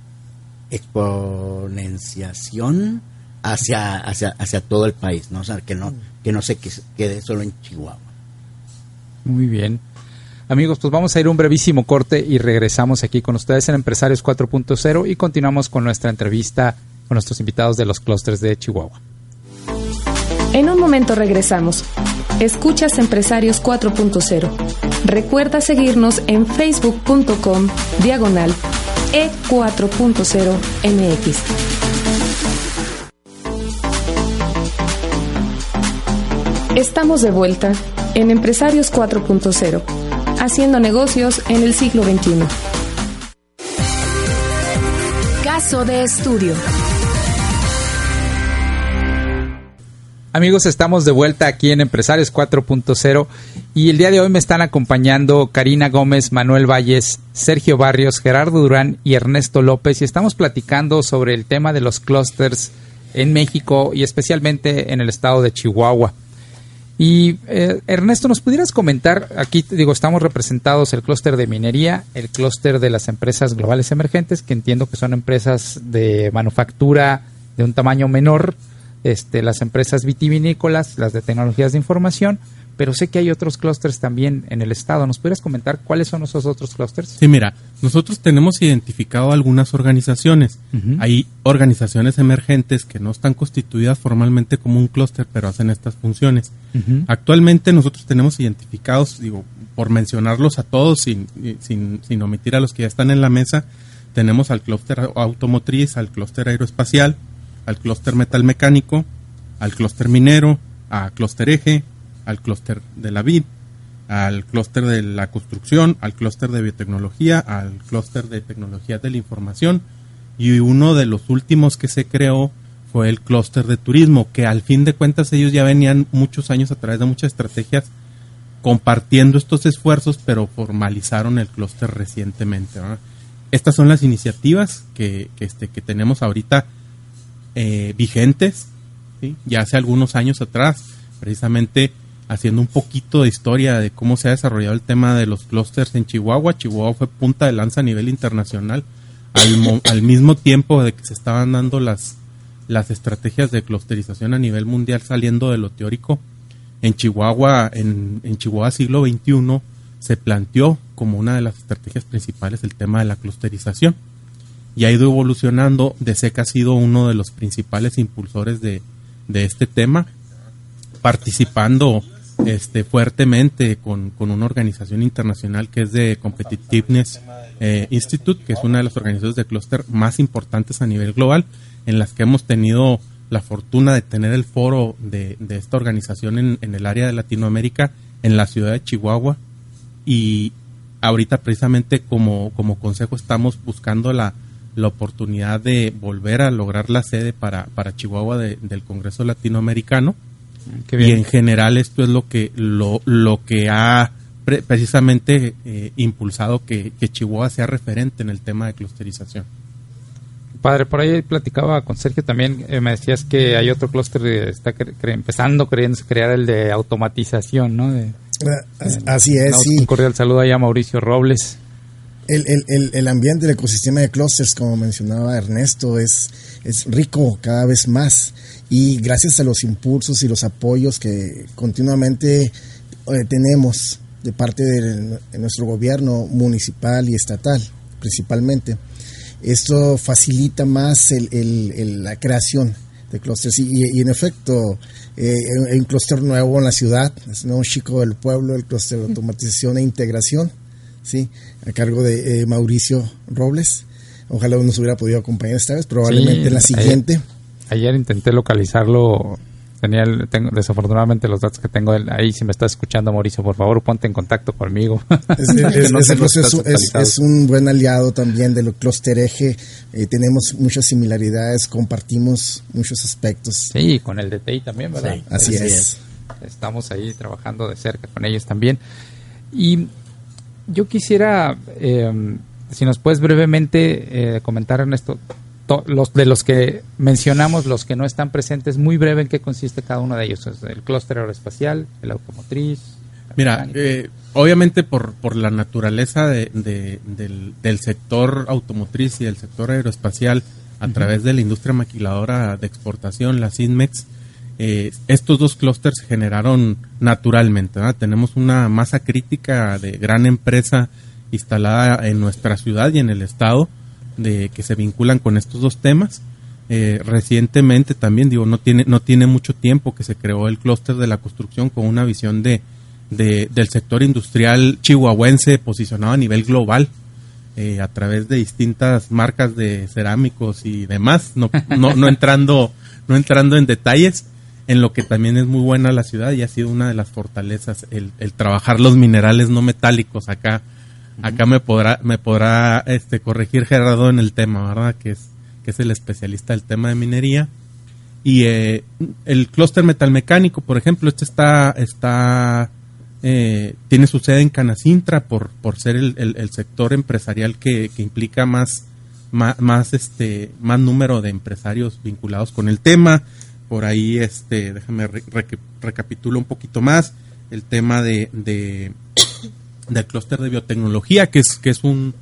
exponenciación hacia hacia hacia todo el país, ¿no? O sea, que no que no se quede solo en Chihuahua. Muy bien. Amigos, pues vamos a ir a un brevísimo corte y regresamos aquí con ustedes en Empresarios cuatro punto cero y continuamos con nuestra entrevista con nuestros invitados de los clústeres de Chihuahua. En un momento regresamos. Escuchas Empresarios cuatro punto cero. Recuerda seguirnos en facebook.com diagonal E cuatro punto cero M X. Estamos de vuelta en Empresarios cuatro punto cero, haciendo negocios en el siglo veintiuno. Caso de estudio. Amigos, estamos de vuelta aquí en Empresarios cuatro punto cero y el día de hoy me están acompañando Karina Gómez, Manuel Valles, Sergio Barrios, Gerardo Durán y Ernesto López, y estamos platicando sobre el tema de los clústeres en México y especialmente en el estado de Chihuahua. Y eh, Ernesto, ¿nos pudieras comentar? Aquí digo, estamos representados el clúster de minería, el clúster de las empresas globales emergentes, que entiendo que son empresas de manufactura de un tamaño menor, este, las empresas vitivinícolas, las de tecnologías de información, pero sé que hay otros clústeres también en el estado. ¿Nos pudieras comentar cuáles son esos otros clústeres? Sí, mira, nosotros tenemos identificado algunas organizaciones. Uh-huh. Hay organizaciones emergentes que no están constituidas formalmente como un clúster, pero hacen estas funciones. Uh-huh. Actualmente nosotros tenemos identificados, digo, por mencionarlos a todos, sin, sin, sin omitir a los que ya están en la mesa, tenemos al clúster automotriz, al clúster aeroespacial, al clúster metalmecánico, al clúster minero, a clúster eje, al clúster de la vid, al clúster de la construcción, al clúster de biotecnología, al clúster de tecnologías de la información, y uno de los últimos que se creó fue el clúster de turismo, que al fin de cuentas ellos ya venían muchos años a través de muchas estrategias compartiendo estos esfuerzos, pero formalizaron el clúster recientemente, ¿verdad? Estas son las iniciativas que, que, este, que tenemos ahorita eh, vigentes, ¿sí? Ya hace algunos años atrás, precisamente haciendo un poquito de historia de cómo se ha desarrollado el tema de los clústeres en Chihuahua. Chihuahua fue punta de lanza a nivel internacional al, mo- al mismo tiempo de que se estaban dando las, las estrategias de clusterización a nivel mundial saliendo de lo teórico. En Chihuahua, en, en Chihuahua siglo veintiuno, se planteó como una de las estrategias principales el tema de la clusterización y ha ido evolucionando. D S E C ha sido uno de los principales impulsores de, de este tema, participando este, fuertemente con, con una organización internacional que es de Competitiveness eh, Institute, que es una de las organizaciones de clúster más importantes a nivel global, en las que hemos tenido la fortuna de tener el foro de, de esta organización en, en el área de Latinoamérica, en la ciudad de Chihuahua, y ahorita precisamente como, como consejo estamos buscando la, la oportunidad de volver a lograr la sede para, para Chihuahua de, del Congreso Latinoamericano. Qué bien. Y en general esto es lo que lo, lo que ha pre- precisamente eh, impulsado que, que Chihuahua sea referente en el tema de clusterización. Padre, por ahí platicaba con Sergio también, eh, me decías que hay otro clúster que está cre- cre- empezando queriendo crear el de automatización, ¿no? De, Así es, sí. Un cordial saludo allá a Mauricio Robles. El, el, el, el ambiente, el ecosistema de clústeres, como mencionaba Ernesto, es, es rico cada vez más, y gracias a los impulsos y los apoyos que continuamente eh, tenemos de parte de, de nuestro gobierno municipal y estatal principalmente, esto facilita más el, el, el, la creación de clústeres. Y, y en efecto, eh, hay un clúster nuevo en la ciudad, es nuevo chico del pueblo, el clúster de automatización e integración, sí, a cargo de eh, Mauricio Robles. Ojalá nos hubiera podido acompañar esta vez, probablemente sí, en la siguiente. Ayer, ayer intenté localizarlo tenía el, tengo, desafortunadamente los datos que tengo ahí, si me estás escuchando, Mauricio, por favor, ponte en contacto conmigo. Es, es, no ese proceso es, es un buen aliado también de lo Clúster Eje. Eh, tenemos muchas similaridades, compartimos muchos aspectos. Sí, con el D T I también, ¿verdad? Sí, así, así es. es. Estamos ahí trabajando de cerca con ellos también. Y yo quisiera, eh, si nos puedes brevemente eh, comentar, Ernesto, to, los de los que mencionamos, los que no están presentes, muy breve en qué consiste cada uno de ellos. El clúster aeroespacial, el automotriz. Mira, eh, obviamente por, por la naturaleza de, de, del, del sector automotriz y del sector aeroespacial, a uh-huh. través de la industria maquiladora de exportación, la Sinmex, Eh, estos dos clústeres se generaron naturalmente, ¿verdad? Tenemos una masa crítica de gran empresa instalada en nuestra ciudad y en el estado de que se vinculan con estos dos temas. Eh, recientemente también, digo, no tiene no tiene mucho tiempo que se creó el clúster de la construcción con una visión de, de del sector industrial chihuahuense posicionado a nivel global, eh, a través de distintas marcas de cerámicos y demás, no no, no entrando no entrando en detalles. En lo que también es muy buena la ciudad y ha sido una de las fortalezas el, el trabajar los minerales no metálicos. Acá uh-huh. acá me podrá me podrá este corregir Gerardo en el tema, ¿verdad? Que es que es el especialista del tema de minería. Y eh, el clúster metalmecánico, por ejemplo, este está está eh, tiene su sede en Canacintra por por ser el, el, el sector empresarial que, que implica más más, más este más número de empresarios vinculados con el tema. Por ahí, este, déjame re, re, recapitulo un poquito más el tema de, de del clúster de biotecnología, que es que es un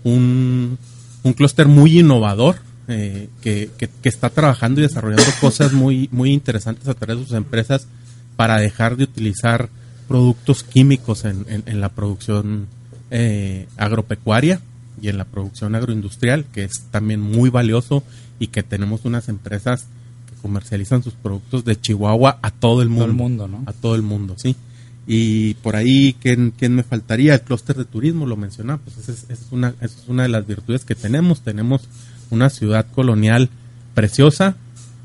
un, un clúster muy innovador, eh, que, que, que está trabajando y desarrollando cosas muy muy interesantes a través de sus empresas para dejar de utilizar productos químicos en, en, en la producción eh, agropecuaria y en la producción agroindustrial, que es también muy valioso, y que tenemos unas empresas comercializan sus productos de Chihuahua a todo el mundo, todo el mundo, ¿no? A todo el mundo, sí. Y por ahí, ¿quién, quién me faltaría? El clúster de turismo, lo mencionaba, pues esa es, esa es una, esa es una de las virtudes que tenemos. Tenemos una ciudad colonial preciosa,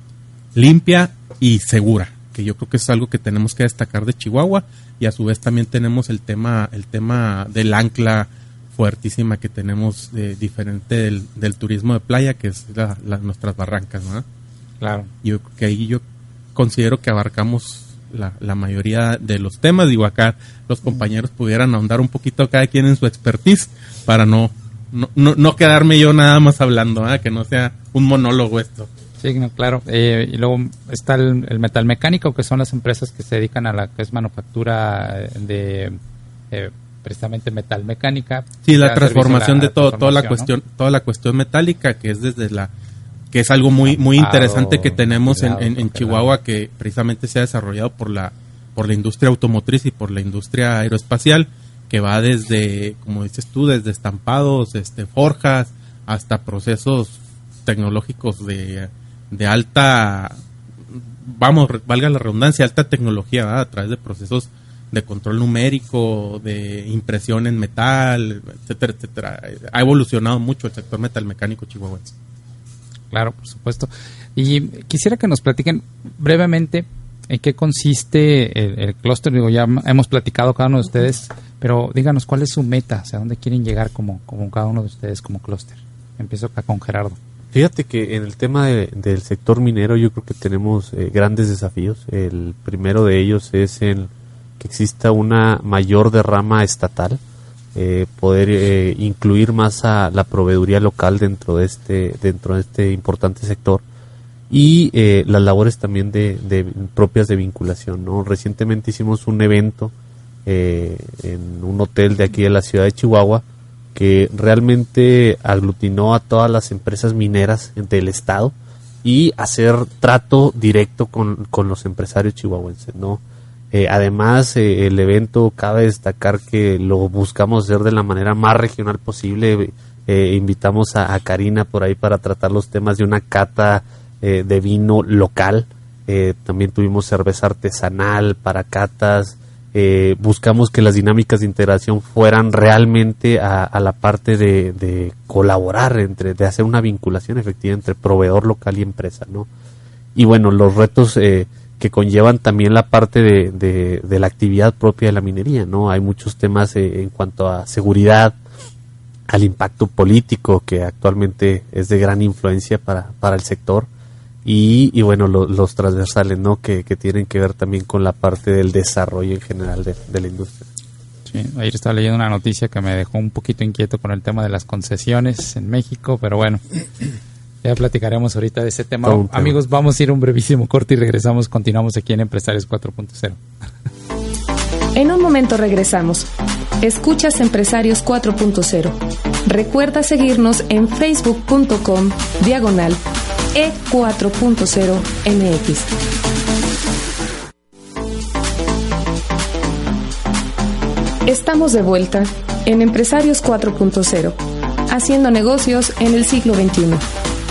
limpia y segura, que yo creo que es algo que tenemos que destacar de Chihuahua. Y a su vez también tenemos el tema, el tema del ancla fuertísima que tenemos, de, diferente del, del turismo de playa, que es la, la, nuestras barrancas, ¿no? Claro. Yo que ahí yo considero que abarcamos la, la mayoría de los temas. Digo, acá los compañeros pudieran ahondar un poquito cada quien en su expertise para no no, no, no quedarme yo nada más hablando, ¿eh? Que no sea un monólogo esto. Sí, no, claro. Eh, y luego está el, el metalmecánico, que son las empresas que se dedican a la que es manufactura de eh, precisamente metalmecánica. Sí, la transformación la, de todo, toda la cuestión, ¿no? Toda la cuestión metálica, que es desde la que es algo muy muy interesante que tenemos en, en, en Chihuahua, que precisamente se ha desarrollado por la por la industria automotriz y por la industria aeroespacial, que va desde, como dices tú, desde estampados, este forjas, hasta procesos tecnológicos de, de alta, vamos, valga la redundancia, alta tecnología, ¿verdad? A través de procesos de control numérico, de impresión en metal, etcétera, etcétera. Ha evolucionado mucho el sector metalmecánico chihuahuense. Claro, por supuesto. Y quisiera que nos platiquen brevemente en qué consiste el, el clúster. Digo, ya hemos platicado cada uno de ustedes, pero díganos cuál es su meta, o sea, dónde quieren llegar como, como cada uno de ustedes como clúster. Empiezo acá con Gerardo. Fíjate que en el tema de, del sector minero yo creo que tenemos eh, grandes desafíos. El primero de ellos es el que exista una mayor derrama estatal. Eh, poder eh, incluir más a la proveeduría local dentro de este dentro de este importante sector, y eh, las labores también de, de propias de vinculación, ¿no? Recientemente hicimos un evento eh, en un hotel de aquí de la ciudad de Chihuahua que realmente aglutinó a todas las empresas mineras del estado y hacer trato directo con, con los empresarios chihuahuenses, ¿no? Eh, además, eh, el evento, cabe destacar que lo buscamos hacer de la manera más regional posible. Eh, invitamos a, a Karina por ahí para tratar los temas de una cata eh, de vino local. Eh, también tuvimos cerveza artesanal para catas. Eh, buscamos que las dinámicas de integración fueran realmente a, a la parte de, de colaborar, entre, de hacer una vinculación efectiva entre proveedor local y empresa, ¿no? Y bueno, los retos eh, que conllevan también la parte de, de, de la actividad propia de la minería, ¿no? Hay muchos temas eh, en cuanto a seguridad, al impacto político que actualmente es de gran influencia para, para el sector y, y bueno, lo, los transversales, ¿no? Que, que tienen que ver también con la parte del desarrollo en general de, de la industria. Sí, ayer estaba leyendo una noticia que me dejó un poquito inquieto con el tema de las concesiones en México, pero bueno, ya platicaremos ahorita de ese tema. tema. Amigos, vamos a ir a un brevísimo corte y regresamos, continuamos aquí en Empresarios cuatro punto cero. En un momento regresamos. Escuchas Empresarios cuatro punto cero. Recuerda seguirnos en facebook.com diagonal E cuatro punto cero M X. Estamos de vuelta en Empresarios cuatro punto cero, haciendo negocios en el siglo veintiuno.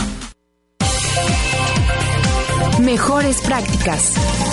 Mejores prácticas.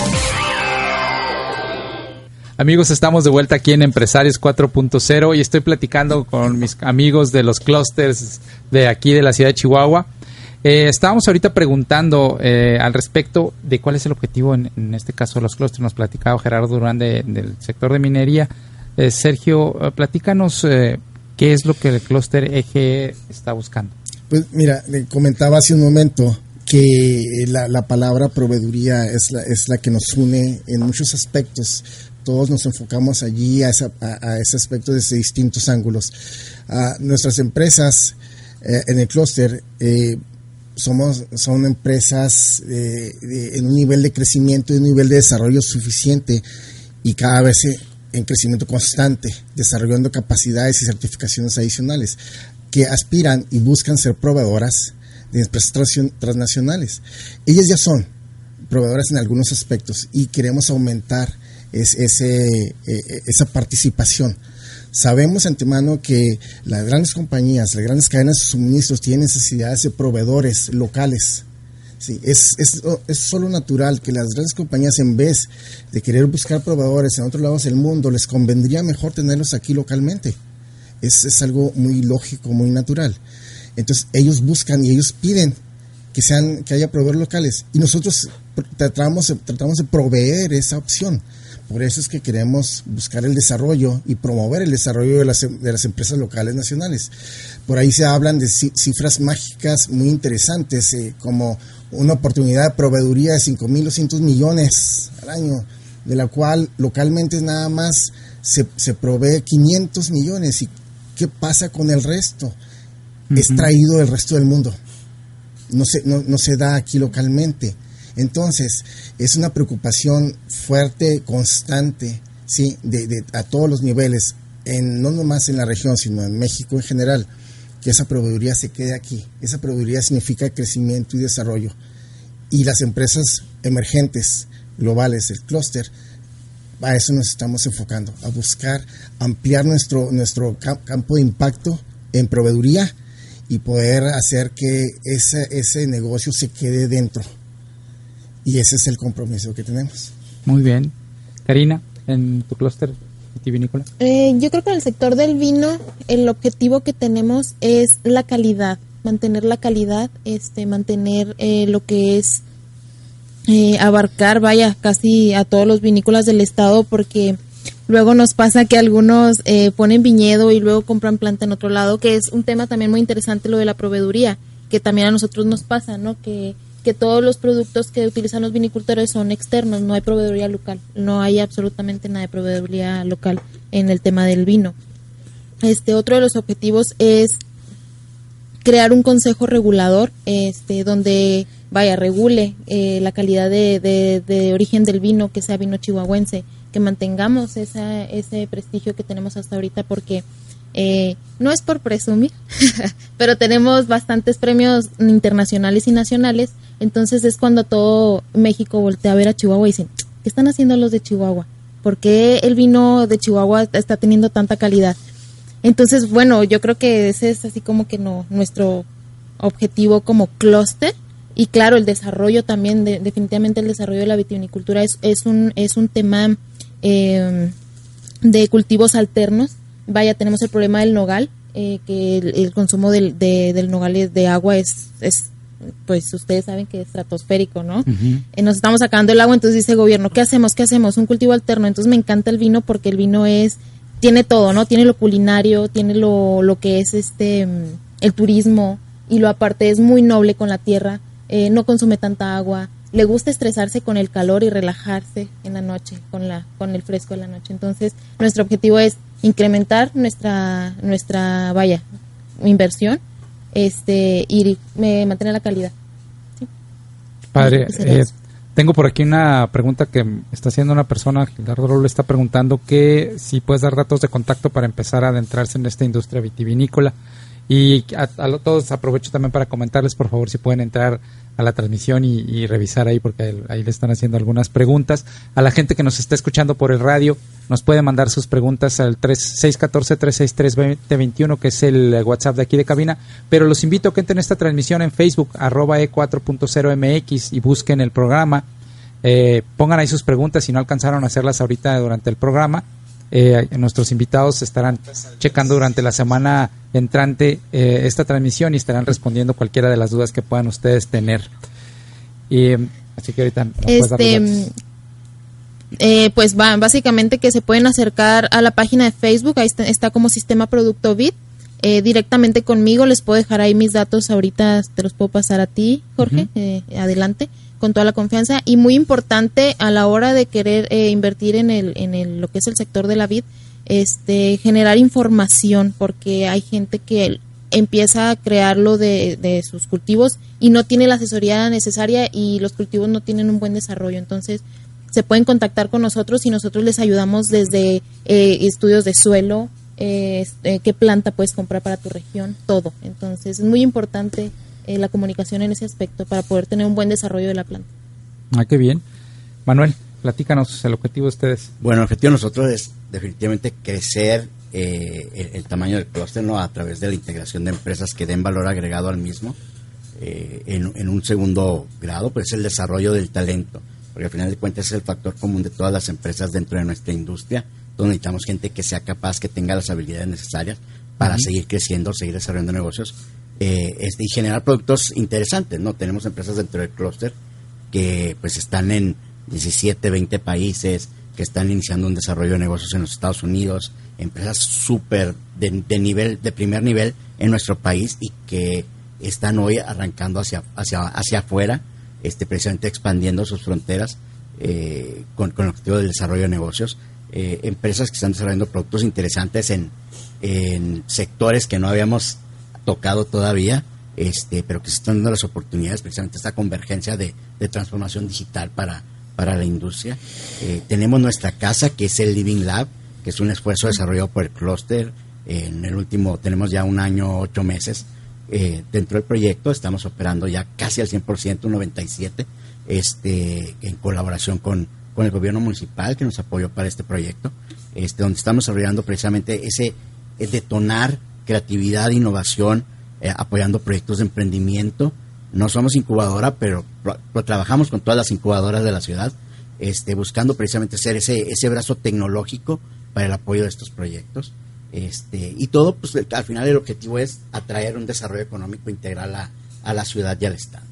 Amigos, estamos de vuelta aquí en Empresarios cuatro punto cero y estoy platicando con mis amigos de los clústeres de aquí de la ciudad de Chihuahua. Eh, estábamos ahorita preguntando eh, al respecto de cuál es el objetivo, en, en este caso de los clústeres. Nos platicaba Gerardo Durán de, del sector de minería. Eh, Sergio, eh, platícanos eh, qué es lo que el clúster E G E está buscando. Pues mira, le comentaba hace un momento que la, la palabra proveeduría es la, es la que nos une en muchos aspectos. Todos nos enfocamos allí a, esa, a, a ese aspecto desde distintos ángulos. Uh, nuestras empresas eh, en el clúster eh, somos son empresas eh, de, en un nivel de crecimiento y un nivel de desarrollo suficiente y cada vez eh, en crecimiento constante, desarrollando capacidades y certificaciones adicionales que aspiran y buscan ser proveedoras de empresas transnacionales. Ellas ya son proveedoras en algunos aspectos y queremos aumentar es, ese, eh, esa participación. Sabemos antemano que las grandes compañías, las grandes cadenas de suministros tienen necesidades de proveedores locales. Sí, es, es, es solo natural que las grandes compañías, en vez de querer buscar proveedores en otros lados del mundo, les convendría mejor tenerlos aquí localmente. Es, es algo muy lógico, muy natural. Entonces ellos buscan y ellos piden que sean que haya proveedores locales y nosotros tratamos, tratamos de proveer esa opción. Por eso es que queremos buscar el desarrollo y promover el desarrollo de las, de las empresas locales nacionales. Por ahí se hablan de cifras mágicas muy interesantes, eh, como una oportunidad de proveeduría de cinco mil doscientos millones al año, de la cual localmente nada más se, se provee quinientos millones. ¿Y qué pasa con el resto? Uh-huh. Es traído del resto del mundo. No se, no, no se da aquí localmente. Entonces, es una preocupación fuerte, constante, ¿sí? de, de, a todos los niveles, en, no nomás en la región, sino en México en general, que esa proveeduría se quede aquí. Esa proveeduría significa crecimiento y desarrollo. Y las empresas emergentes, globales, el clúster, a eso nos estamos enfocando, a buscar ampliar nuestro, nuestro campo de impacto en proveeduría y poder hacer que ese, ese negocio se quede dentro. Y ese es el compromiso que tenemos. Muy bien. Karina, en tu clúster vitivinícola. Eh, yo creo que en el sector del vino el objetivo que tenemos es la calidad, mantener la calidad, este, mantener eh, lo que es eh, abarcar, vaya, casi a todos los vinícolas del estado, porque luego nos pasa que algunos eh, ponen viñedo y luego compran planta en otro lado, que es un tema también muy interesante, lo de la proveeduría, que también a nosotros nos pasa, ¿no? Que que todos los productos que utilizan los vinicultores son externos, no hay proveeduría local, no hay absolutamente nada de proveeduría local en el tema del vino. Este otro de los objetivos es crear un consejo regulador, este, donde vaya regule eh, la calidad de, de, de origen del vino, que sea vino chihuahuense, que mantengamos esa, ese prestigio que tenemos hasta ahorita, porque Eh, no es por presumir, pero tenemos bastantes premios internacionales y nacionales, entonces es cuando todo México voltea a ver a Chihuahua y dicen, ¿qué están haciendo los de Chihuahua? ¿Por qué el vino de Chihuahua está teniendo tanta calidad? Entonces, bueno, yo creo que ese es así como que no nuestro objetivo como clúster, y claro, el desarrollo también, de, definitivamente el desarrollo de la vitivinicultura es, es, un, es un tema eh, de cultivos alternos. Vaya, tenemos el problema del nogal, eh, que el, el consumo del, de, del nogal de agua es, es pues ustedes saben que es estratosférico, ¿no? Uh-huh. Eh, nos estamos sacando el agua, entonces dice el gobierno, ¿qué hacemos? ¿Qué hacemos? Un cultivo alterno. Entonces me encanta el vino porque el vino es, tiene todo, ¿no? Tiene lo culinario, tiene lo, lo que es este, el turismo, y lo aparte es muy noble con la tierra, eh, no consume tanta agua, le gusta estresarse con el calor y relajarse en la noche, con la, con el fresco de la noche. Entonces nuestro objetivo es incrementar nuestra, nuestra, vaya, inversión, este y me mantener la calidad. ¿Sí? Padre, eh, tengo por aquí una pregunta que está haciendo una persona, Gerardo le está preguntando que si puedes dar datos de contacto para empezar a adentrarse en esta industria vitivinícola. Y a, a todos aprovecho también para comentarles, por favor, si pueden entrar a la transmisión y, y revisar ahí, porque ahí, ahí le están haciendo algunas preguntas. A la gente que nos está escuchando por el radio, nos puede mandar sus preguntas al seis uno cuatro, tres seis tres, dos cero dos uno, que es el WhatsApp de aquí de cabina. Pero los invito a que entren a esta transmisión en Facebook, arroba E cuatro punto cero M X, y busquen el programa. Eh, pongan ahí sus preguntas si no alcanzaron a hacerlas ahorita durante el programa. Eh, nuestros invitados estarán checando durante la semana entrante eh, esta transmisión y estarán respondiendo cualquiera de las dudas que puedan ustedes tener. Y, así que ahorita este, eh, pues va, básicamente que se pueden acercar a la página de Facebook, ahí está, está como Sistema Producto Vid, eh, directamente conmigo. Les puedo dejar ahí mis datos, ahorita te los puedo pasar a ti, Jorge. Uh-huh. eh, adelante, con toda la confianza. Y muy importante a la hora de querer eh, invertir en el en el lo que es el sector de la vid, este generar información, porque hay gente que empieza a crearlo de, de sus cultivos y no tiene la asesoría necesaria y los cultivos no tienen un buen desarrollo. Entonces se pueden contactar con nosotros y nosotros les ayudamos desde eh, estudios de suelo, eh, eh, qué planta puedes comprar para tu región, todo. Entonces es muy importante Eh, la comunicación en ese aspecto para poder tener un buen desarrollo de la planta. Ah, qué bien. Manuel, platícanos el objetivo de ustedes. Bueno, el objetivo de nosotros es definitivamente crecer eh, el, el tamaño del clúster, ¿no? A través de la integración de empresas que den valor agregado al mismo. Eh, en, en un segundo grado, pues es el desarrollo del talento, porque al final de cuentas es el factor común de todas las empresas dentro de nuestra industria, donde necesitamos gente que sea capaz, que tenga las habilidades necesarias para uh-huh. seguir creciendo, seguir desarrollando negocios. Eh, este, y generar productos interesantes, ¿no? Tenemos empresas dentro del clúster que pues están en diecisiete, veinte países, que están iniciando un desarrollo de negocios en los Estados Unidos, empresas súper de, de nivel, de primer nivel en nuestro país y que están hoy arrancando hacia, hacia, hacia afuera, este, precisamente expandiendo sus fronteras eh, con, con el objetivo del desarrollo de negocios. Eh, empresas que están desarrollando productos interesantes en, en sectores que no habíamos tocado todavía, este, pero que se están dando las oportunidades, precisamente esta convergencia de, de transformación digital para, para la industria. Eh, tenemos nuestra casa, que es el Living Lab, que es un esfuerzo desarrollado por el clúster. Eh, en el último, tenemos ya un año, ocho meses eh, dentro del proyecto, estamos operando ya casi al cien por ciento, un noventa y siete por ciento, este, en colaboración con, con el gobierno municipal, que nos apoyó para este proyecto, este, donde estamos desarrollando precisamente ese eh, detonar creatividad, innovación, eh, apoyando proyectos de emprendimiento. No somos incubadora, pero, pero trabajamos con todas las incubadoras de la ciudad, este, buscando precisamente ser ese ese brazo tecnológico para el apoyo de estos proyectos. Este, y todo, pues al final el objetivo es atraer un desarrollo económico integral a, a la ciudad y al estado.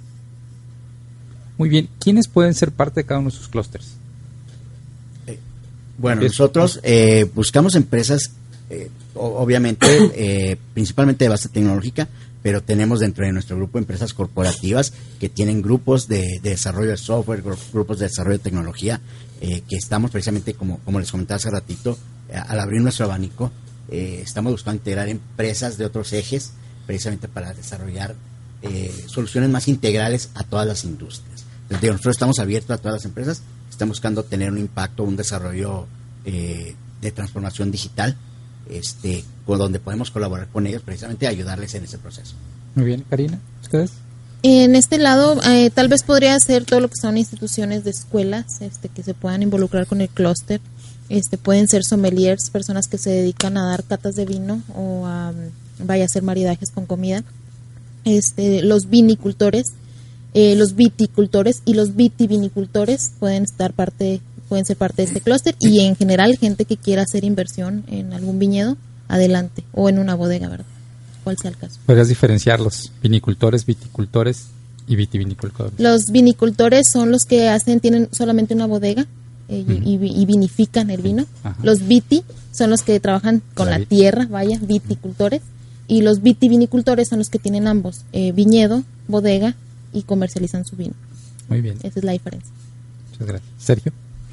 Muy bien. ¿Quiénes pueden ser parte de cada uno de sus clústeres? Eh, bueno, nosotros eh, buscamos empresas Eh, obviamente, eh, principalmente de base tecnológica, pero tenemos dentro de nuestro grupo empresas corporativas que tienen grupos de, de desarrollo de software, grupos de desarrollo de tecnología, eh, que estamos precisamente, como, como les comentaba hace ratito, eh, al abrir nuestro abanico, eh, estamos buscando integrar empresas de otros ejes, precisamente para desarrollar eh, soluciones más integrales a todas las industrias. Entonces, digo, nosotros estamos abiertos a todas las empresas, estamos buscando tener un impacto, un desarrollo eh, de transformación digital, este, con donde podemos colaborar con ellos, precisamente ayudarles en ese proceso. Muy bien, Karina, ¿ustedes? En este lado, eh, tal vez podría ser todo lo que son instituciones de escuelas, este, que se puedan involucrar con el clúster. Este, pueden ser sommeliers, personas que se dedican a dar catas de vino o a, vaya a hacer maridajes con comida. Este, los vinicultores, eh, los viticultores y los vitivinicultores pueden estar parte pueden ser parte de este clúster, y en general gente que quiera hacer inversión en algún viñedo, adelante, o en una bodega, ¿verdad? Cuál sea el caso. ¿Podrías diferenciarlos? Vinicultores, viticultores. ¿Y vitivinicultores? Los vinicultores son los que hacen, tienen solamente una bodega eh, uh-huh. y, y vinifican el vino. Ajá. Los viti son los que trabajan con la, la tierra, vaya, viticultores. Y los vitivinicultores son los que tienen ambos, eh, viñedo, bodega y comercializan su vino. Muy bien. Esa es la diferencia. Muchas gracias. Sergio.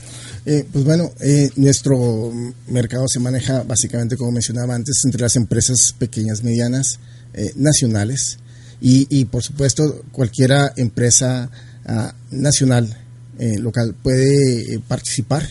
Eh, pues bueno, eh, nuestro mercado se maneja básicamente, como mencionaba antes, entre las empresas pequeñas, medianas, eh, nacionales y, y por supuesto cualquiera empresa uh, nacional, eh, local puede eh, participar,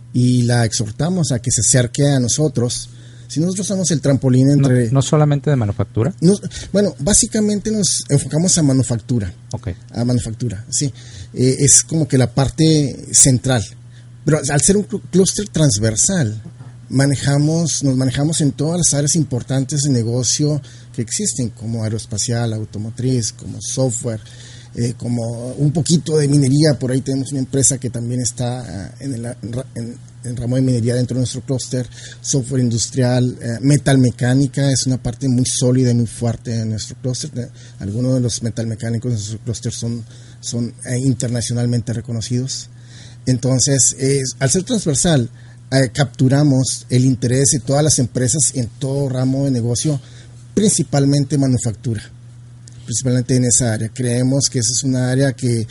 y la exhortamos a que se acerque a nosotros. Si nosotros somos el trampolín entre... No, no solamente de manufactura. Nos, bueno, básicamente nos enfocamos a manufactura. Okay. A manufactura, sí. Eh, es como que la parte central. Pero al ser un clúster transversal, manejamos, nos manejamos en todas las áreas importantes de negocio que existen, como aeroespacial, automotriz, como software, eh, como un poquito de minería. Por ahí tenemos una empresa que también está uh, en el en, en ramo de minería dentro de nuestro clúster, software industrial, eh, metalmecánica es una parte muy sólida y muy fuerte de nuestro clúster. Algunos de los metalmecánicos de nuestro clúster son, son eh, internacionalmente reconocidos. Entonces, eh, al ser transversal, eh, capturamos el interés de todas las empresas en todo ramo de negocio, principalmente manufactura, principalmente en esa área. Creemos que esa es una área que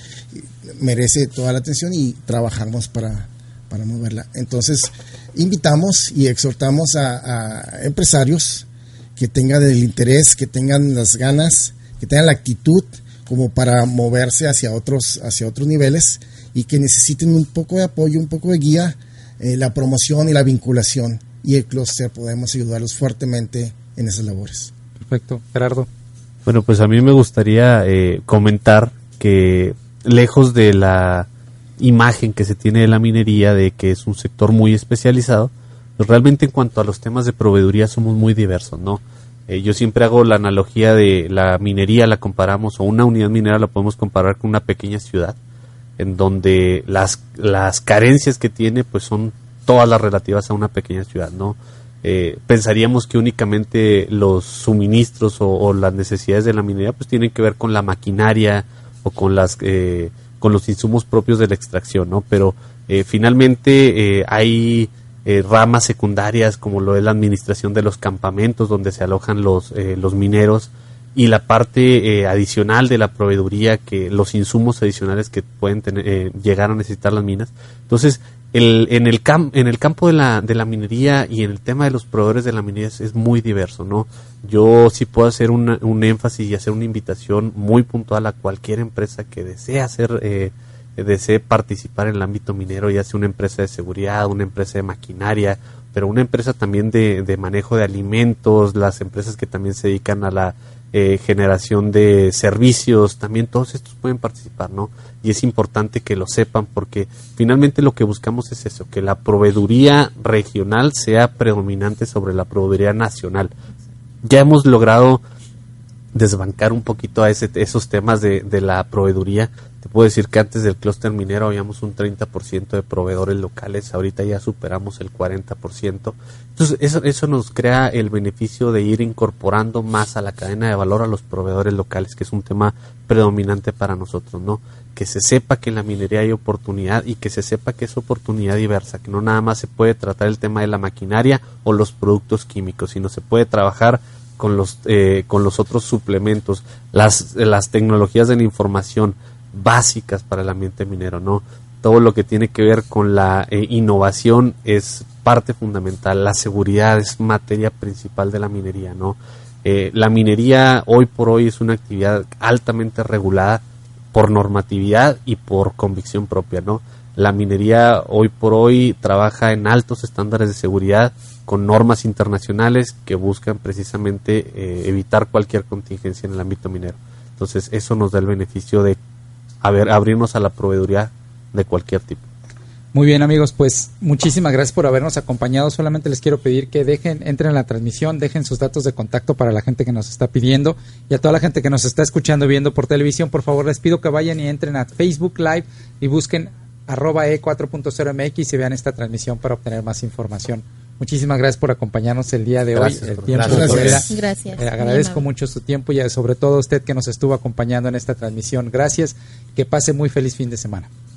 merece toda la atención y trabajamos para, para moverla. Entonces, invitamos y exhortamos a, a empresarios que tengan el interés, que tengan las ganas, que tengan la actitud como para moverse hacia otros, hacia otros niveles, y que necesiten un poco de apoyo, un poco de guía, eh, la promoción y la vinculación, y el clúster podemos ayudarlos fuertemente en esas labores. Perfecto. Gerardo. Bueno, pues a mí me gustaría eh, comentar que lejos de la imagen que se tiene de la minería, de que es un sector muy especializado, pues realmente en cuanto a los temas de proveeduría somos muy diversos, ¿no? Eh, yo siempre hago la analogía de la minería, la comparamos, o una unidad minera la podemos comparar con una pequeña ciudad, en donde las, las carencias que tiene pues son todas las relativas a una pequeña ciudad, ¿no? Eh, pensaríamos que únicamente los suministros o, o las necesidades de la minería pues tienen que ver con la maquinaria o con las eh, con los insumos propios de la extracción, ¿no? Pero eh, finalmente eh, hay eh, ramas secundarias como lo es la administración de los campamentos donde se alojan los eh, los mineros, y la parte eh, adicional de la proveeduría, que los insumos adicionales que pueden tener, eh, llegar a necesitar las minas. Entonces, el, en el cam, en el campo de la de la minería y en el tema de los proveedores de la minería es, es muy diverso, ¿no? Yo sí puedo hacer una, un énfasis y hacer una invitación muy puntual a cualquier empresa que desee hacer eh, desee participar en el ámbito minero, ya sea una empresa de seguridad, una empresa de maquinaria, pero una empresa también de, de manejo de alimentos, las empresas que también se dedican a la Eh, generación de servicios, también todos estos pueden participar, ¿no? Y es importante que lo sepan, porque finalmente lo que buscamos es eso, que la proveeduría regional sea predominante sobre la proveeduría nacional. Ya hemos logrado desbancar un poquito a ese, esos temas de, de la proveeduría. Te puedo decir que antes del clúster minero habíamos un treinta por ciento de proveedores locales, ahorita ya superamos el cuarenta por ciento. Entonces eso, eso nos crea el beneficio de ir incorporando más a la cadena de valor a los proveedores locales, que es un tema predominante para nosotros, ¿no? Que se sepa que en la minería hay oportunidad y que se sepa que es oportunidad diversa, que no nada más se puede tratar el tema de la maquinaria o los productos químicos, sino se puede trabajar con los eh, con los otros suplementos, las las tecnologías de la información básicas para el ambiente minero, ¿no? Todo lo que tiene que ver con la eh, innovación es parte fundamental. La seguridad es materia principal de la minería, ¿no? Eh, la minería hoy por hoy es una actividad altamente regulada por normatividad y por convicción propia, ¿no? La minería hoy por hoy trabaja en altos estándares de seguridad con normas internacionales que buscan precisamente eh, evitar cualquier contingencia en el ámbito minero. Entonces eso nos da el beneficio de haber, abrirnos a la proveeduría de cualquier tipo. Muy bien, amigos, pues muchísimas gracias por habernos acompañado. Solamente les quiero pedir que dejen, entren en la transmisión, dejen sus datos de contacto para la gente que nos está pidiendo, y a toda la gente que nos está escuchando, viendo por televisión, por favor les pido que vayan y entren a Facebook Live y busquen arroba e cuatro punto cero m x y vean esta transmisión para obtener más información. Muchísimas gracias por acompañarnos el día de Gracias, hoy. El por- tiempo gracias. vuela. Gracias. Eh, Muy agradezco amable. mucho su tiempo y eh, sobre todo a usted que nos estuvo acompañando en esta transmisión. Gracias. Que pase muy feliz fin de semana.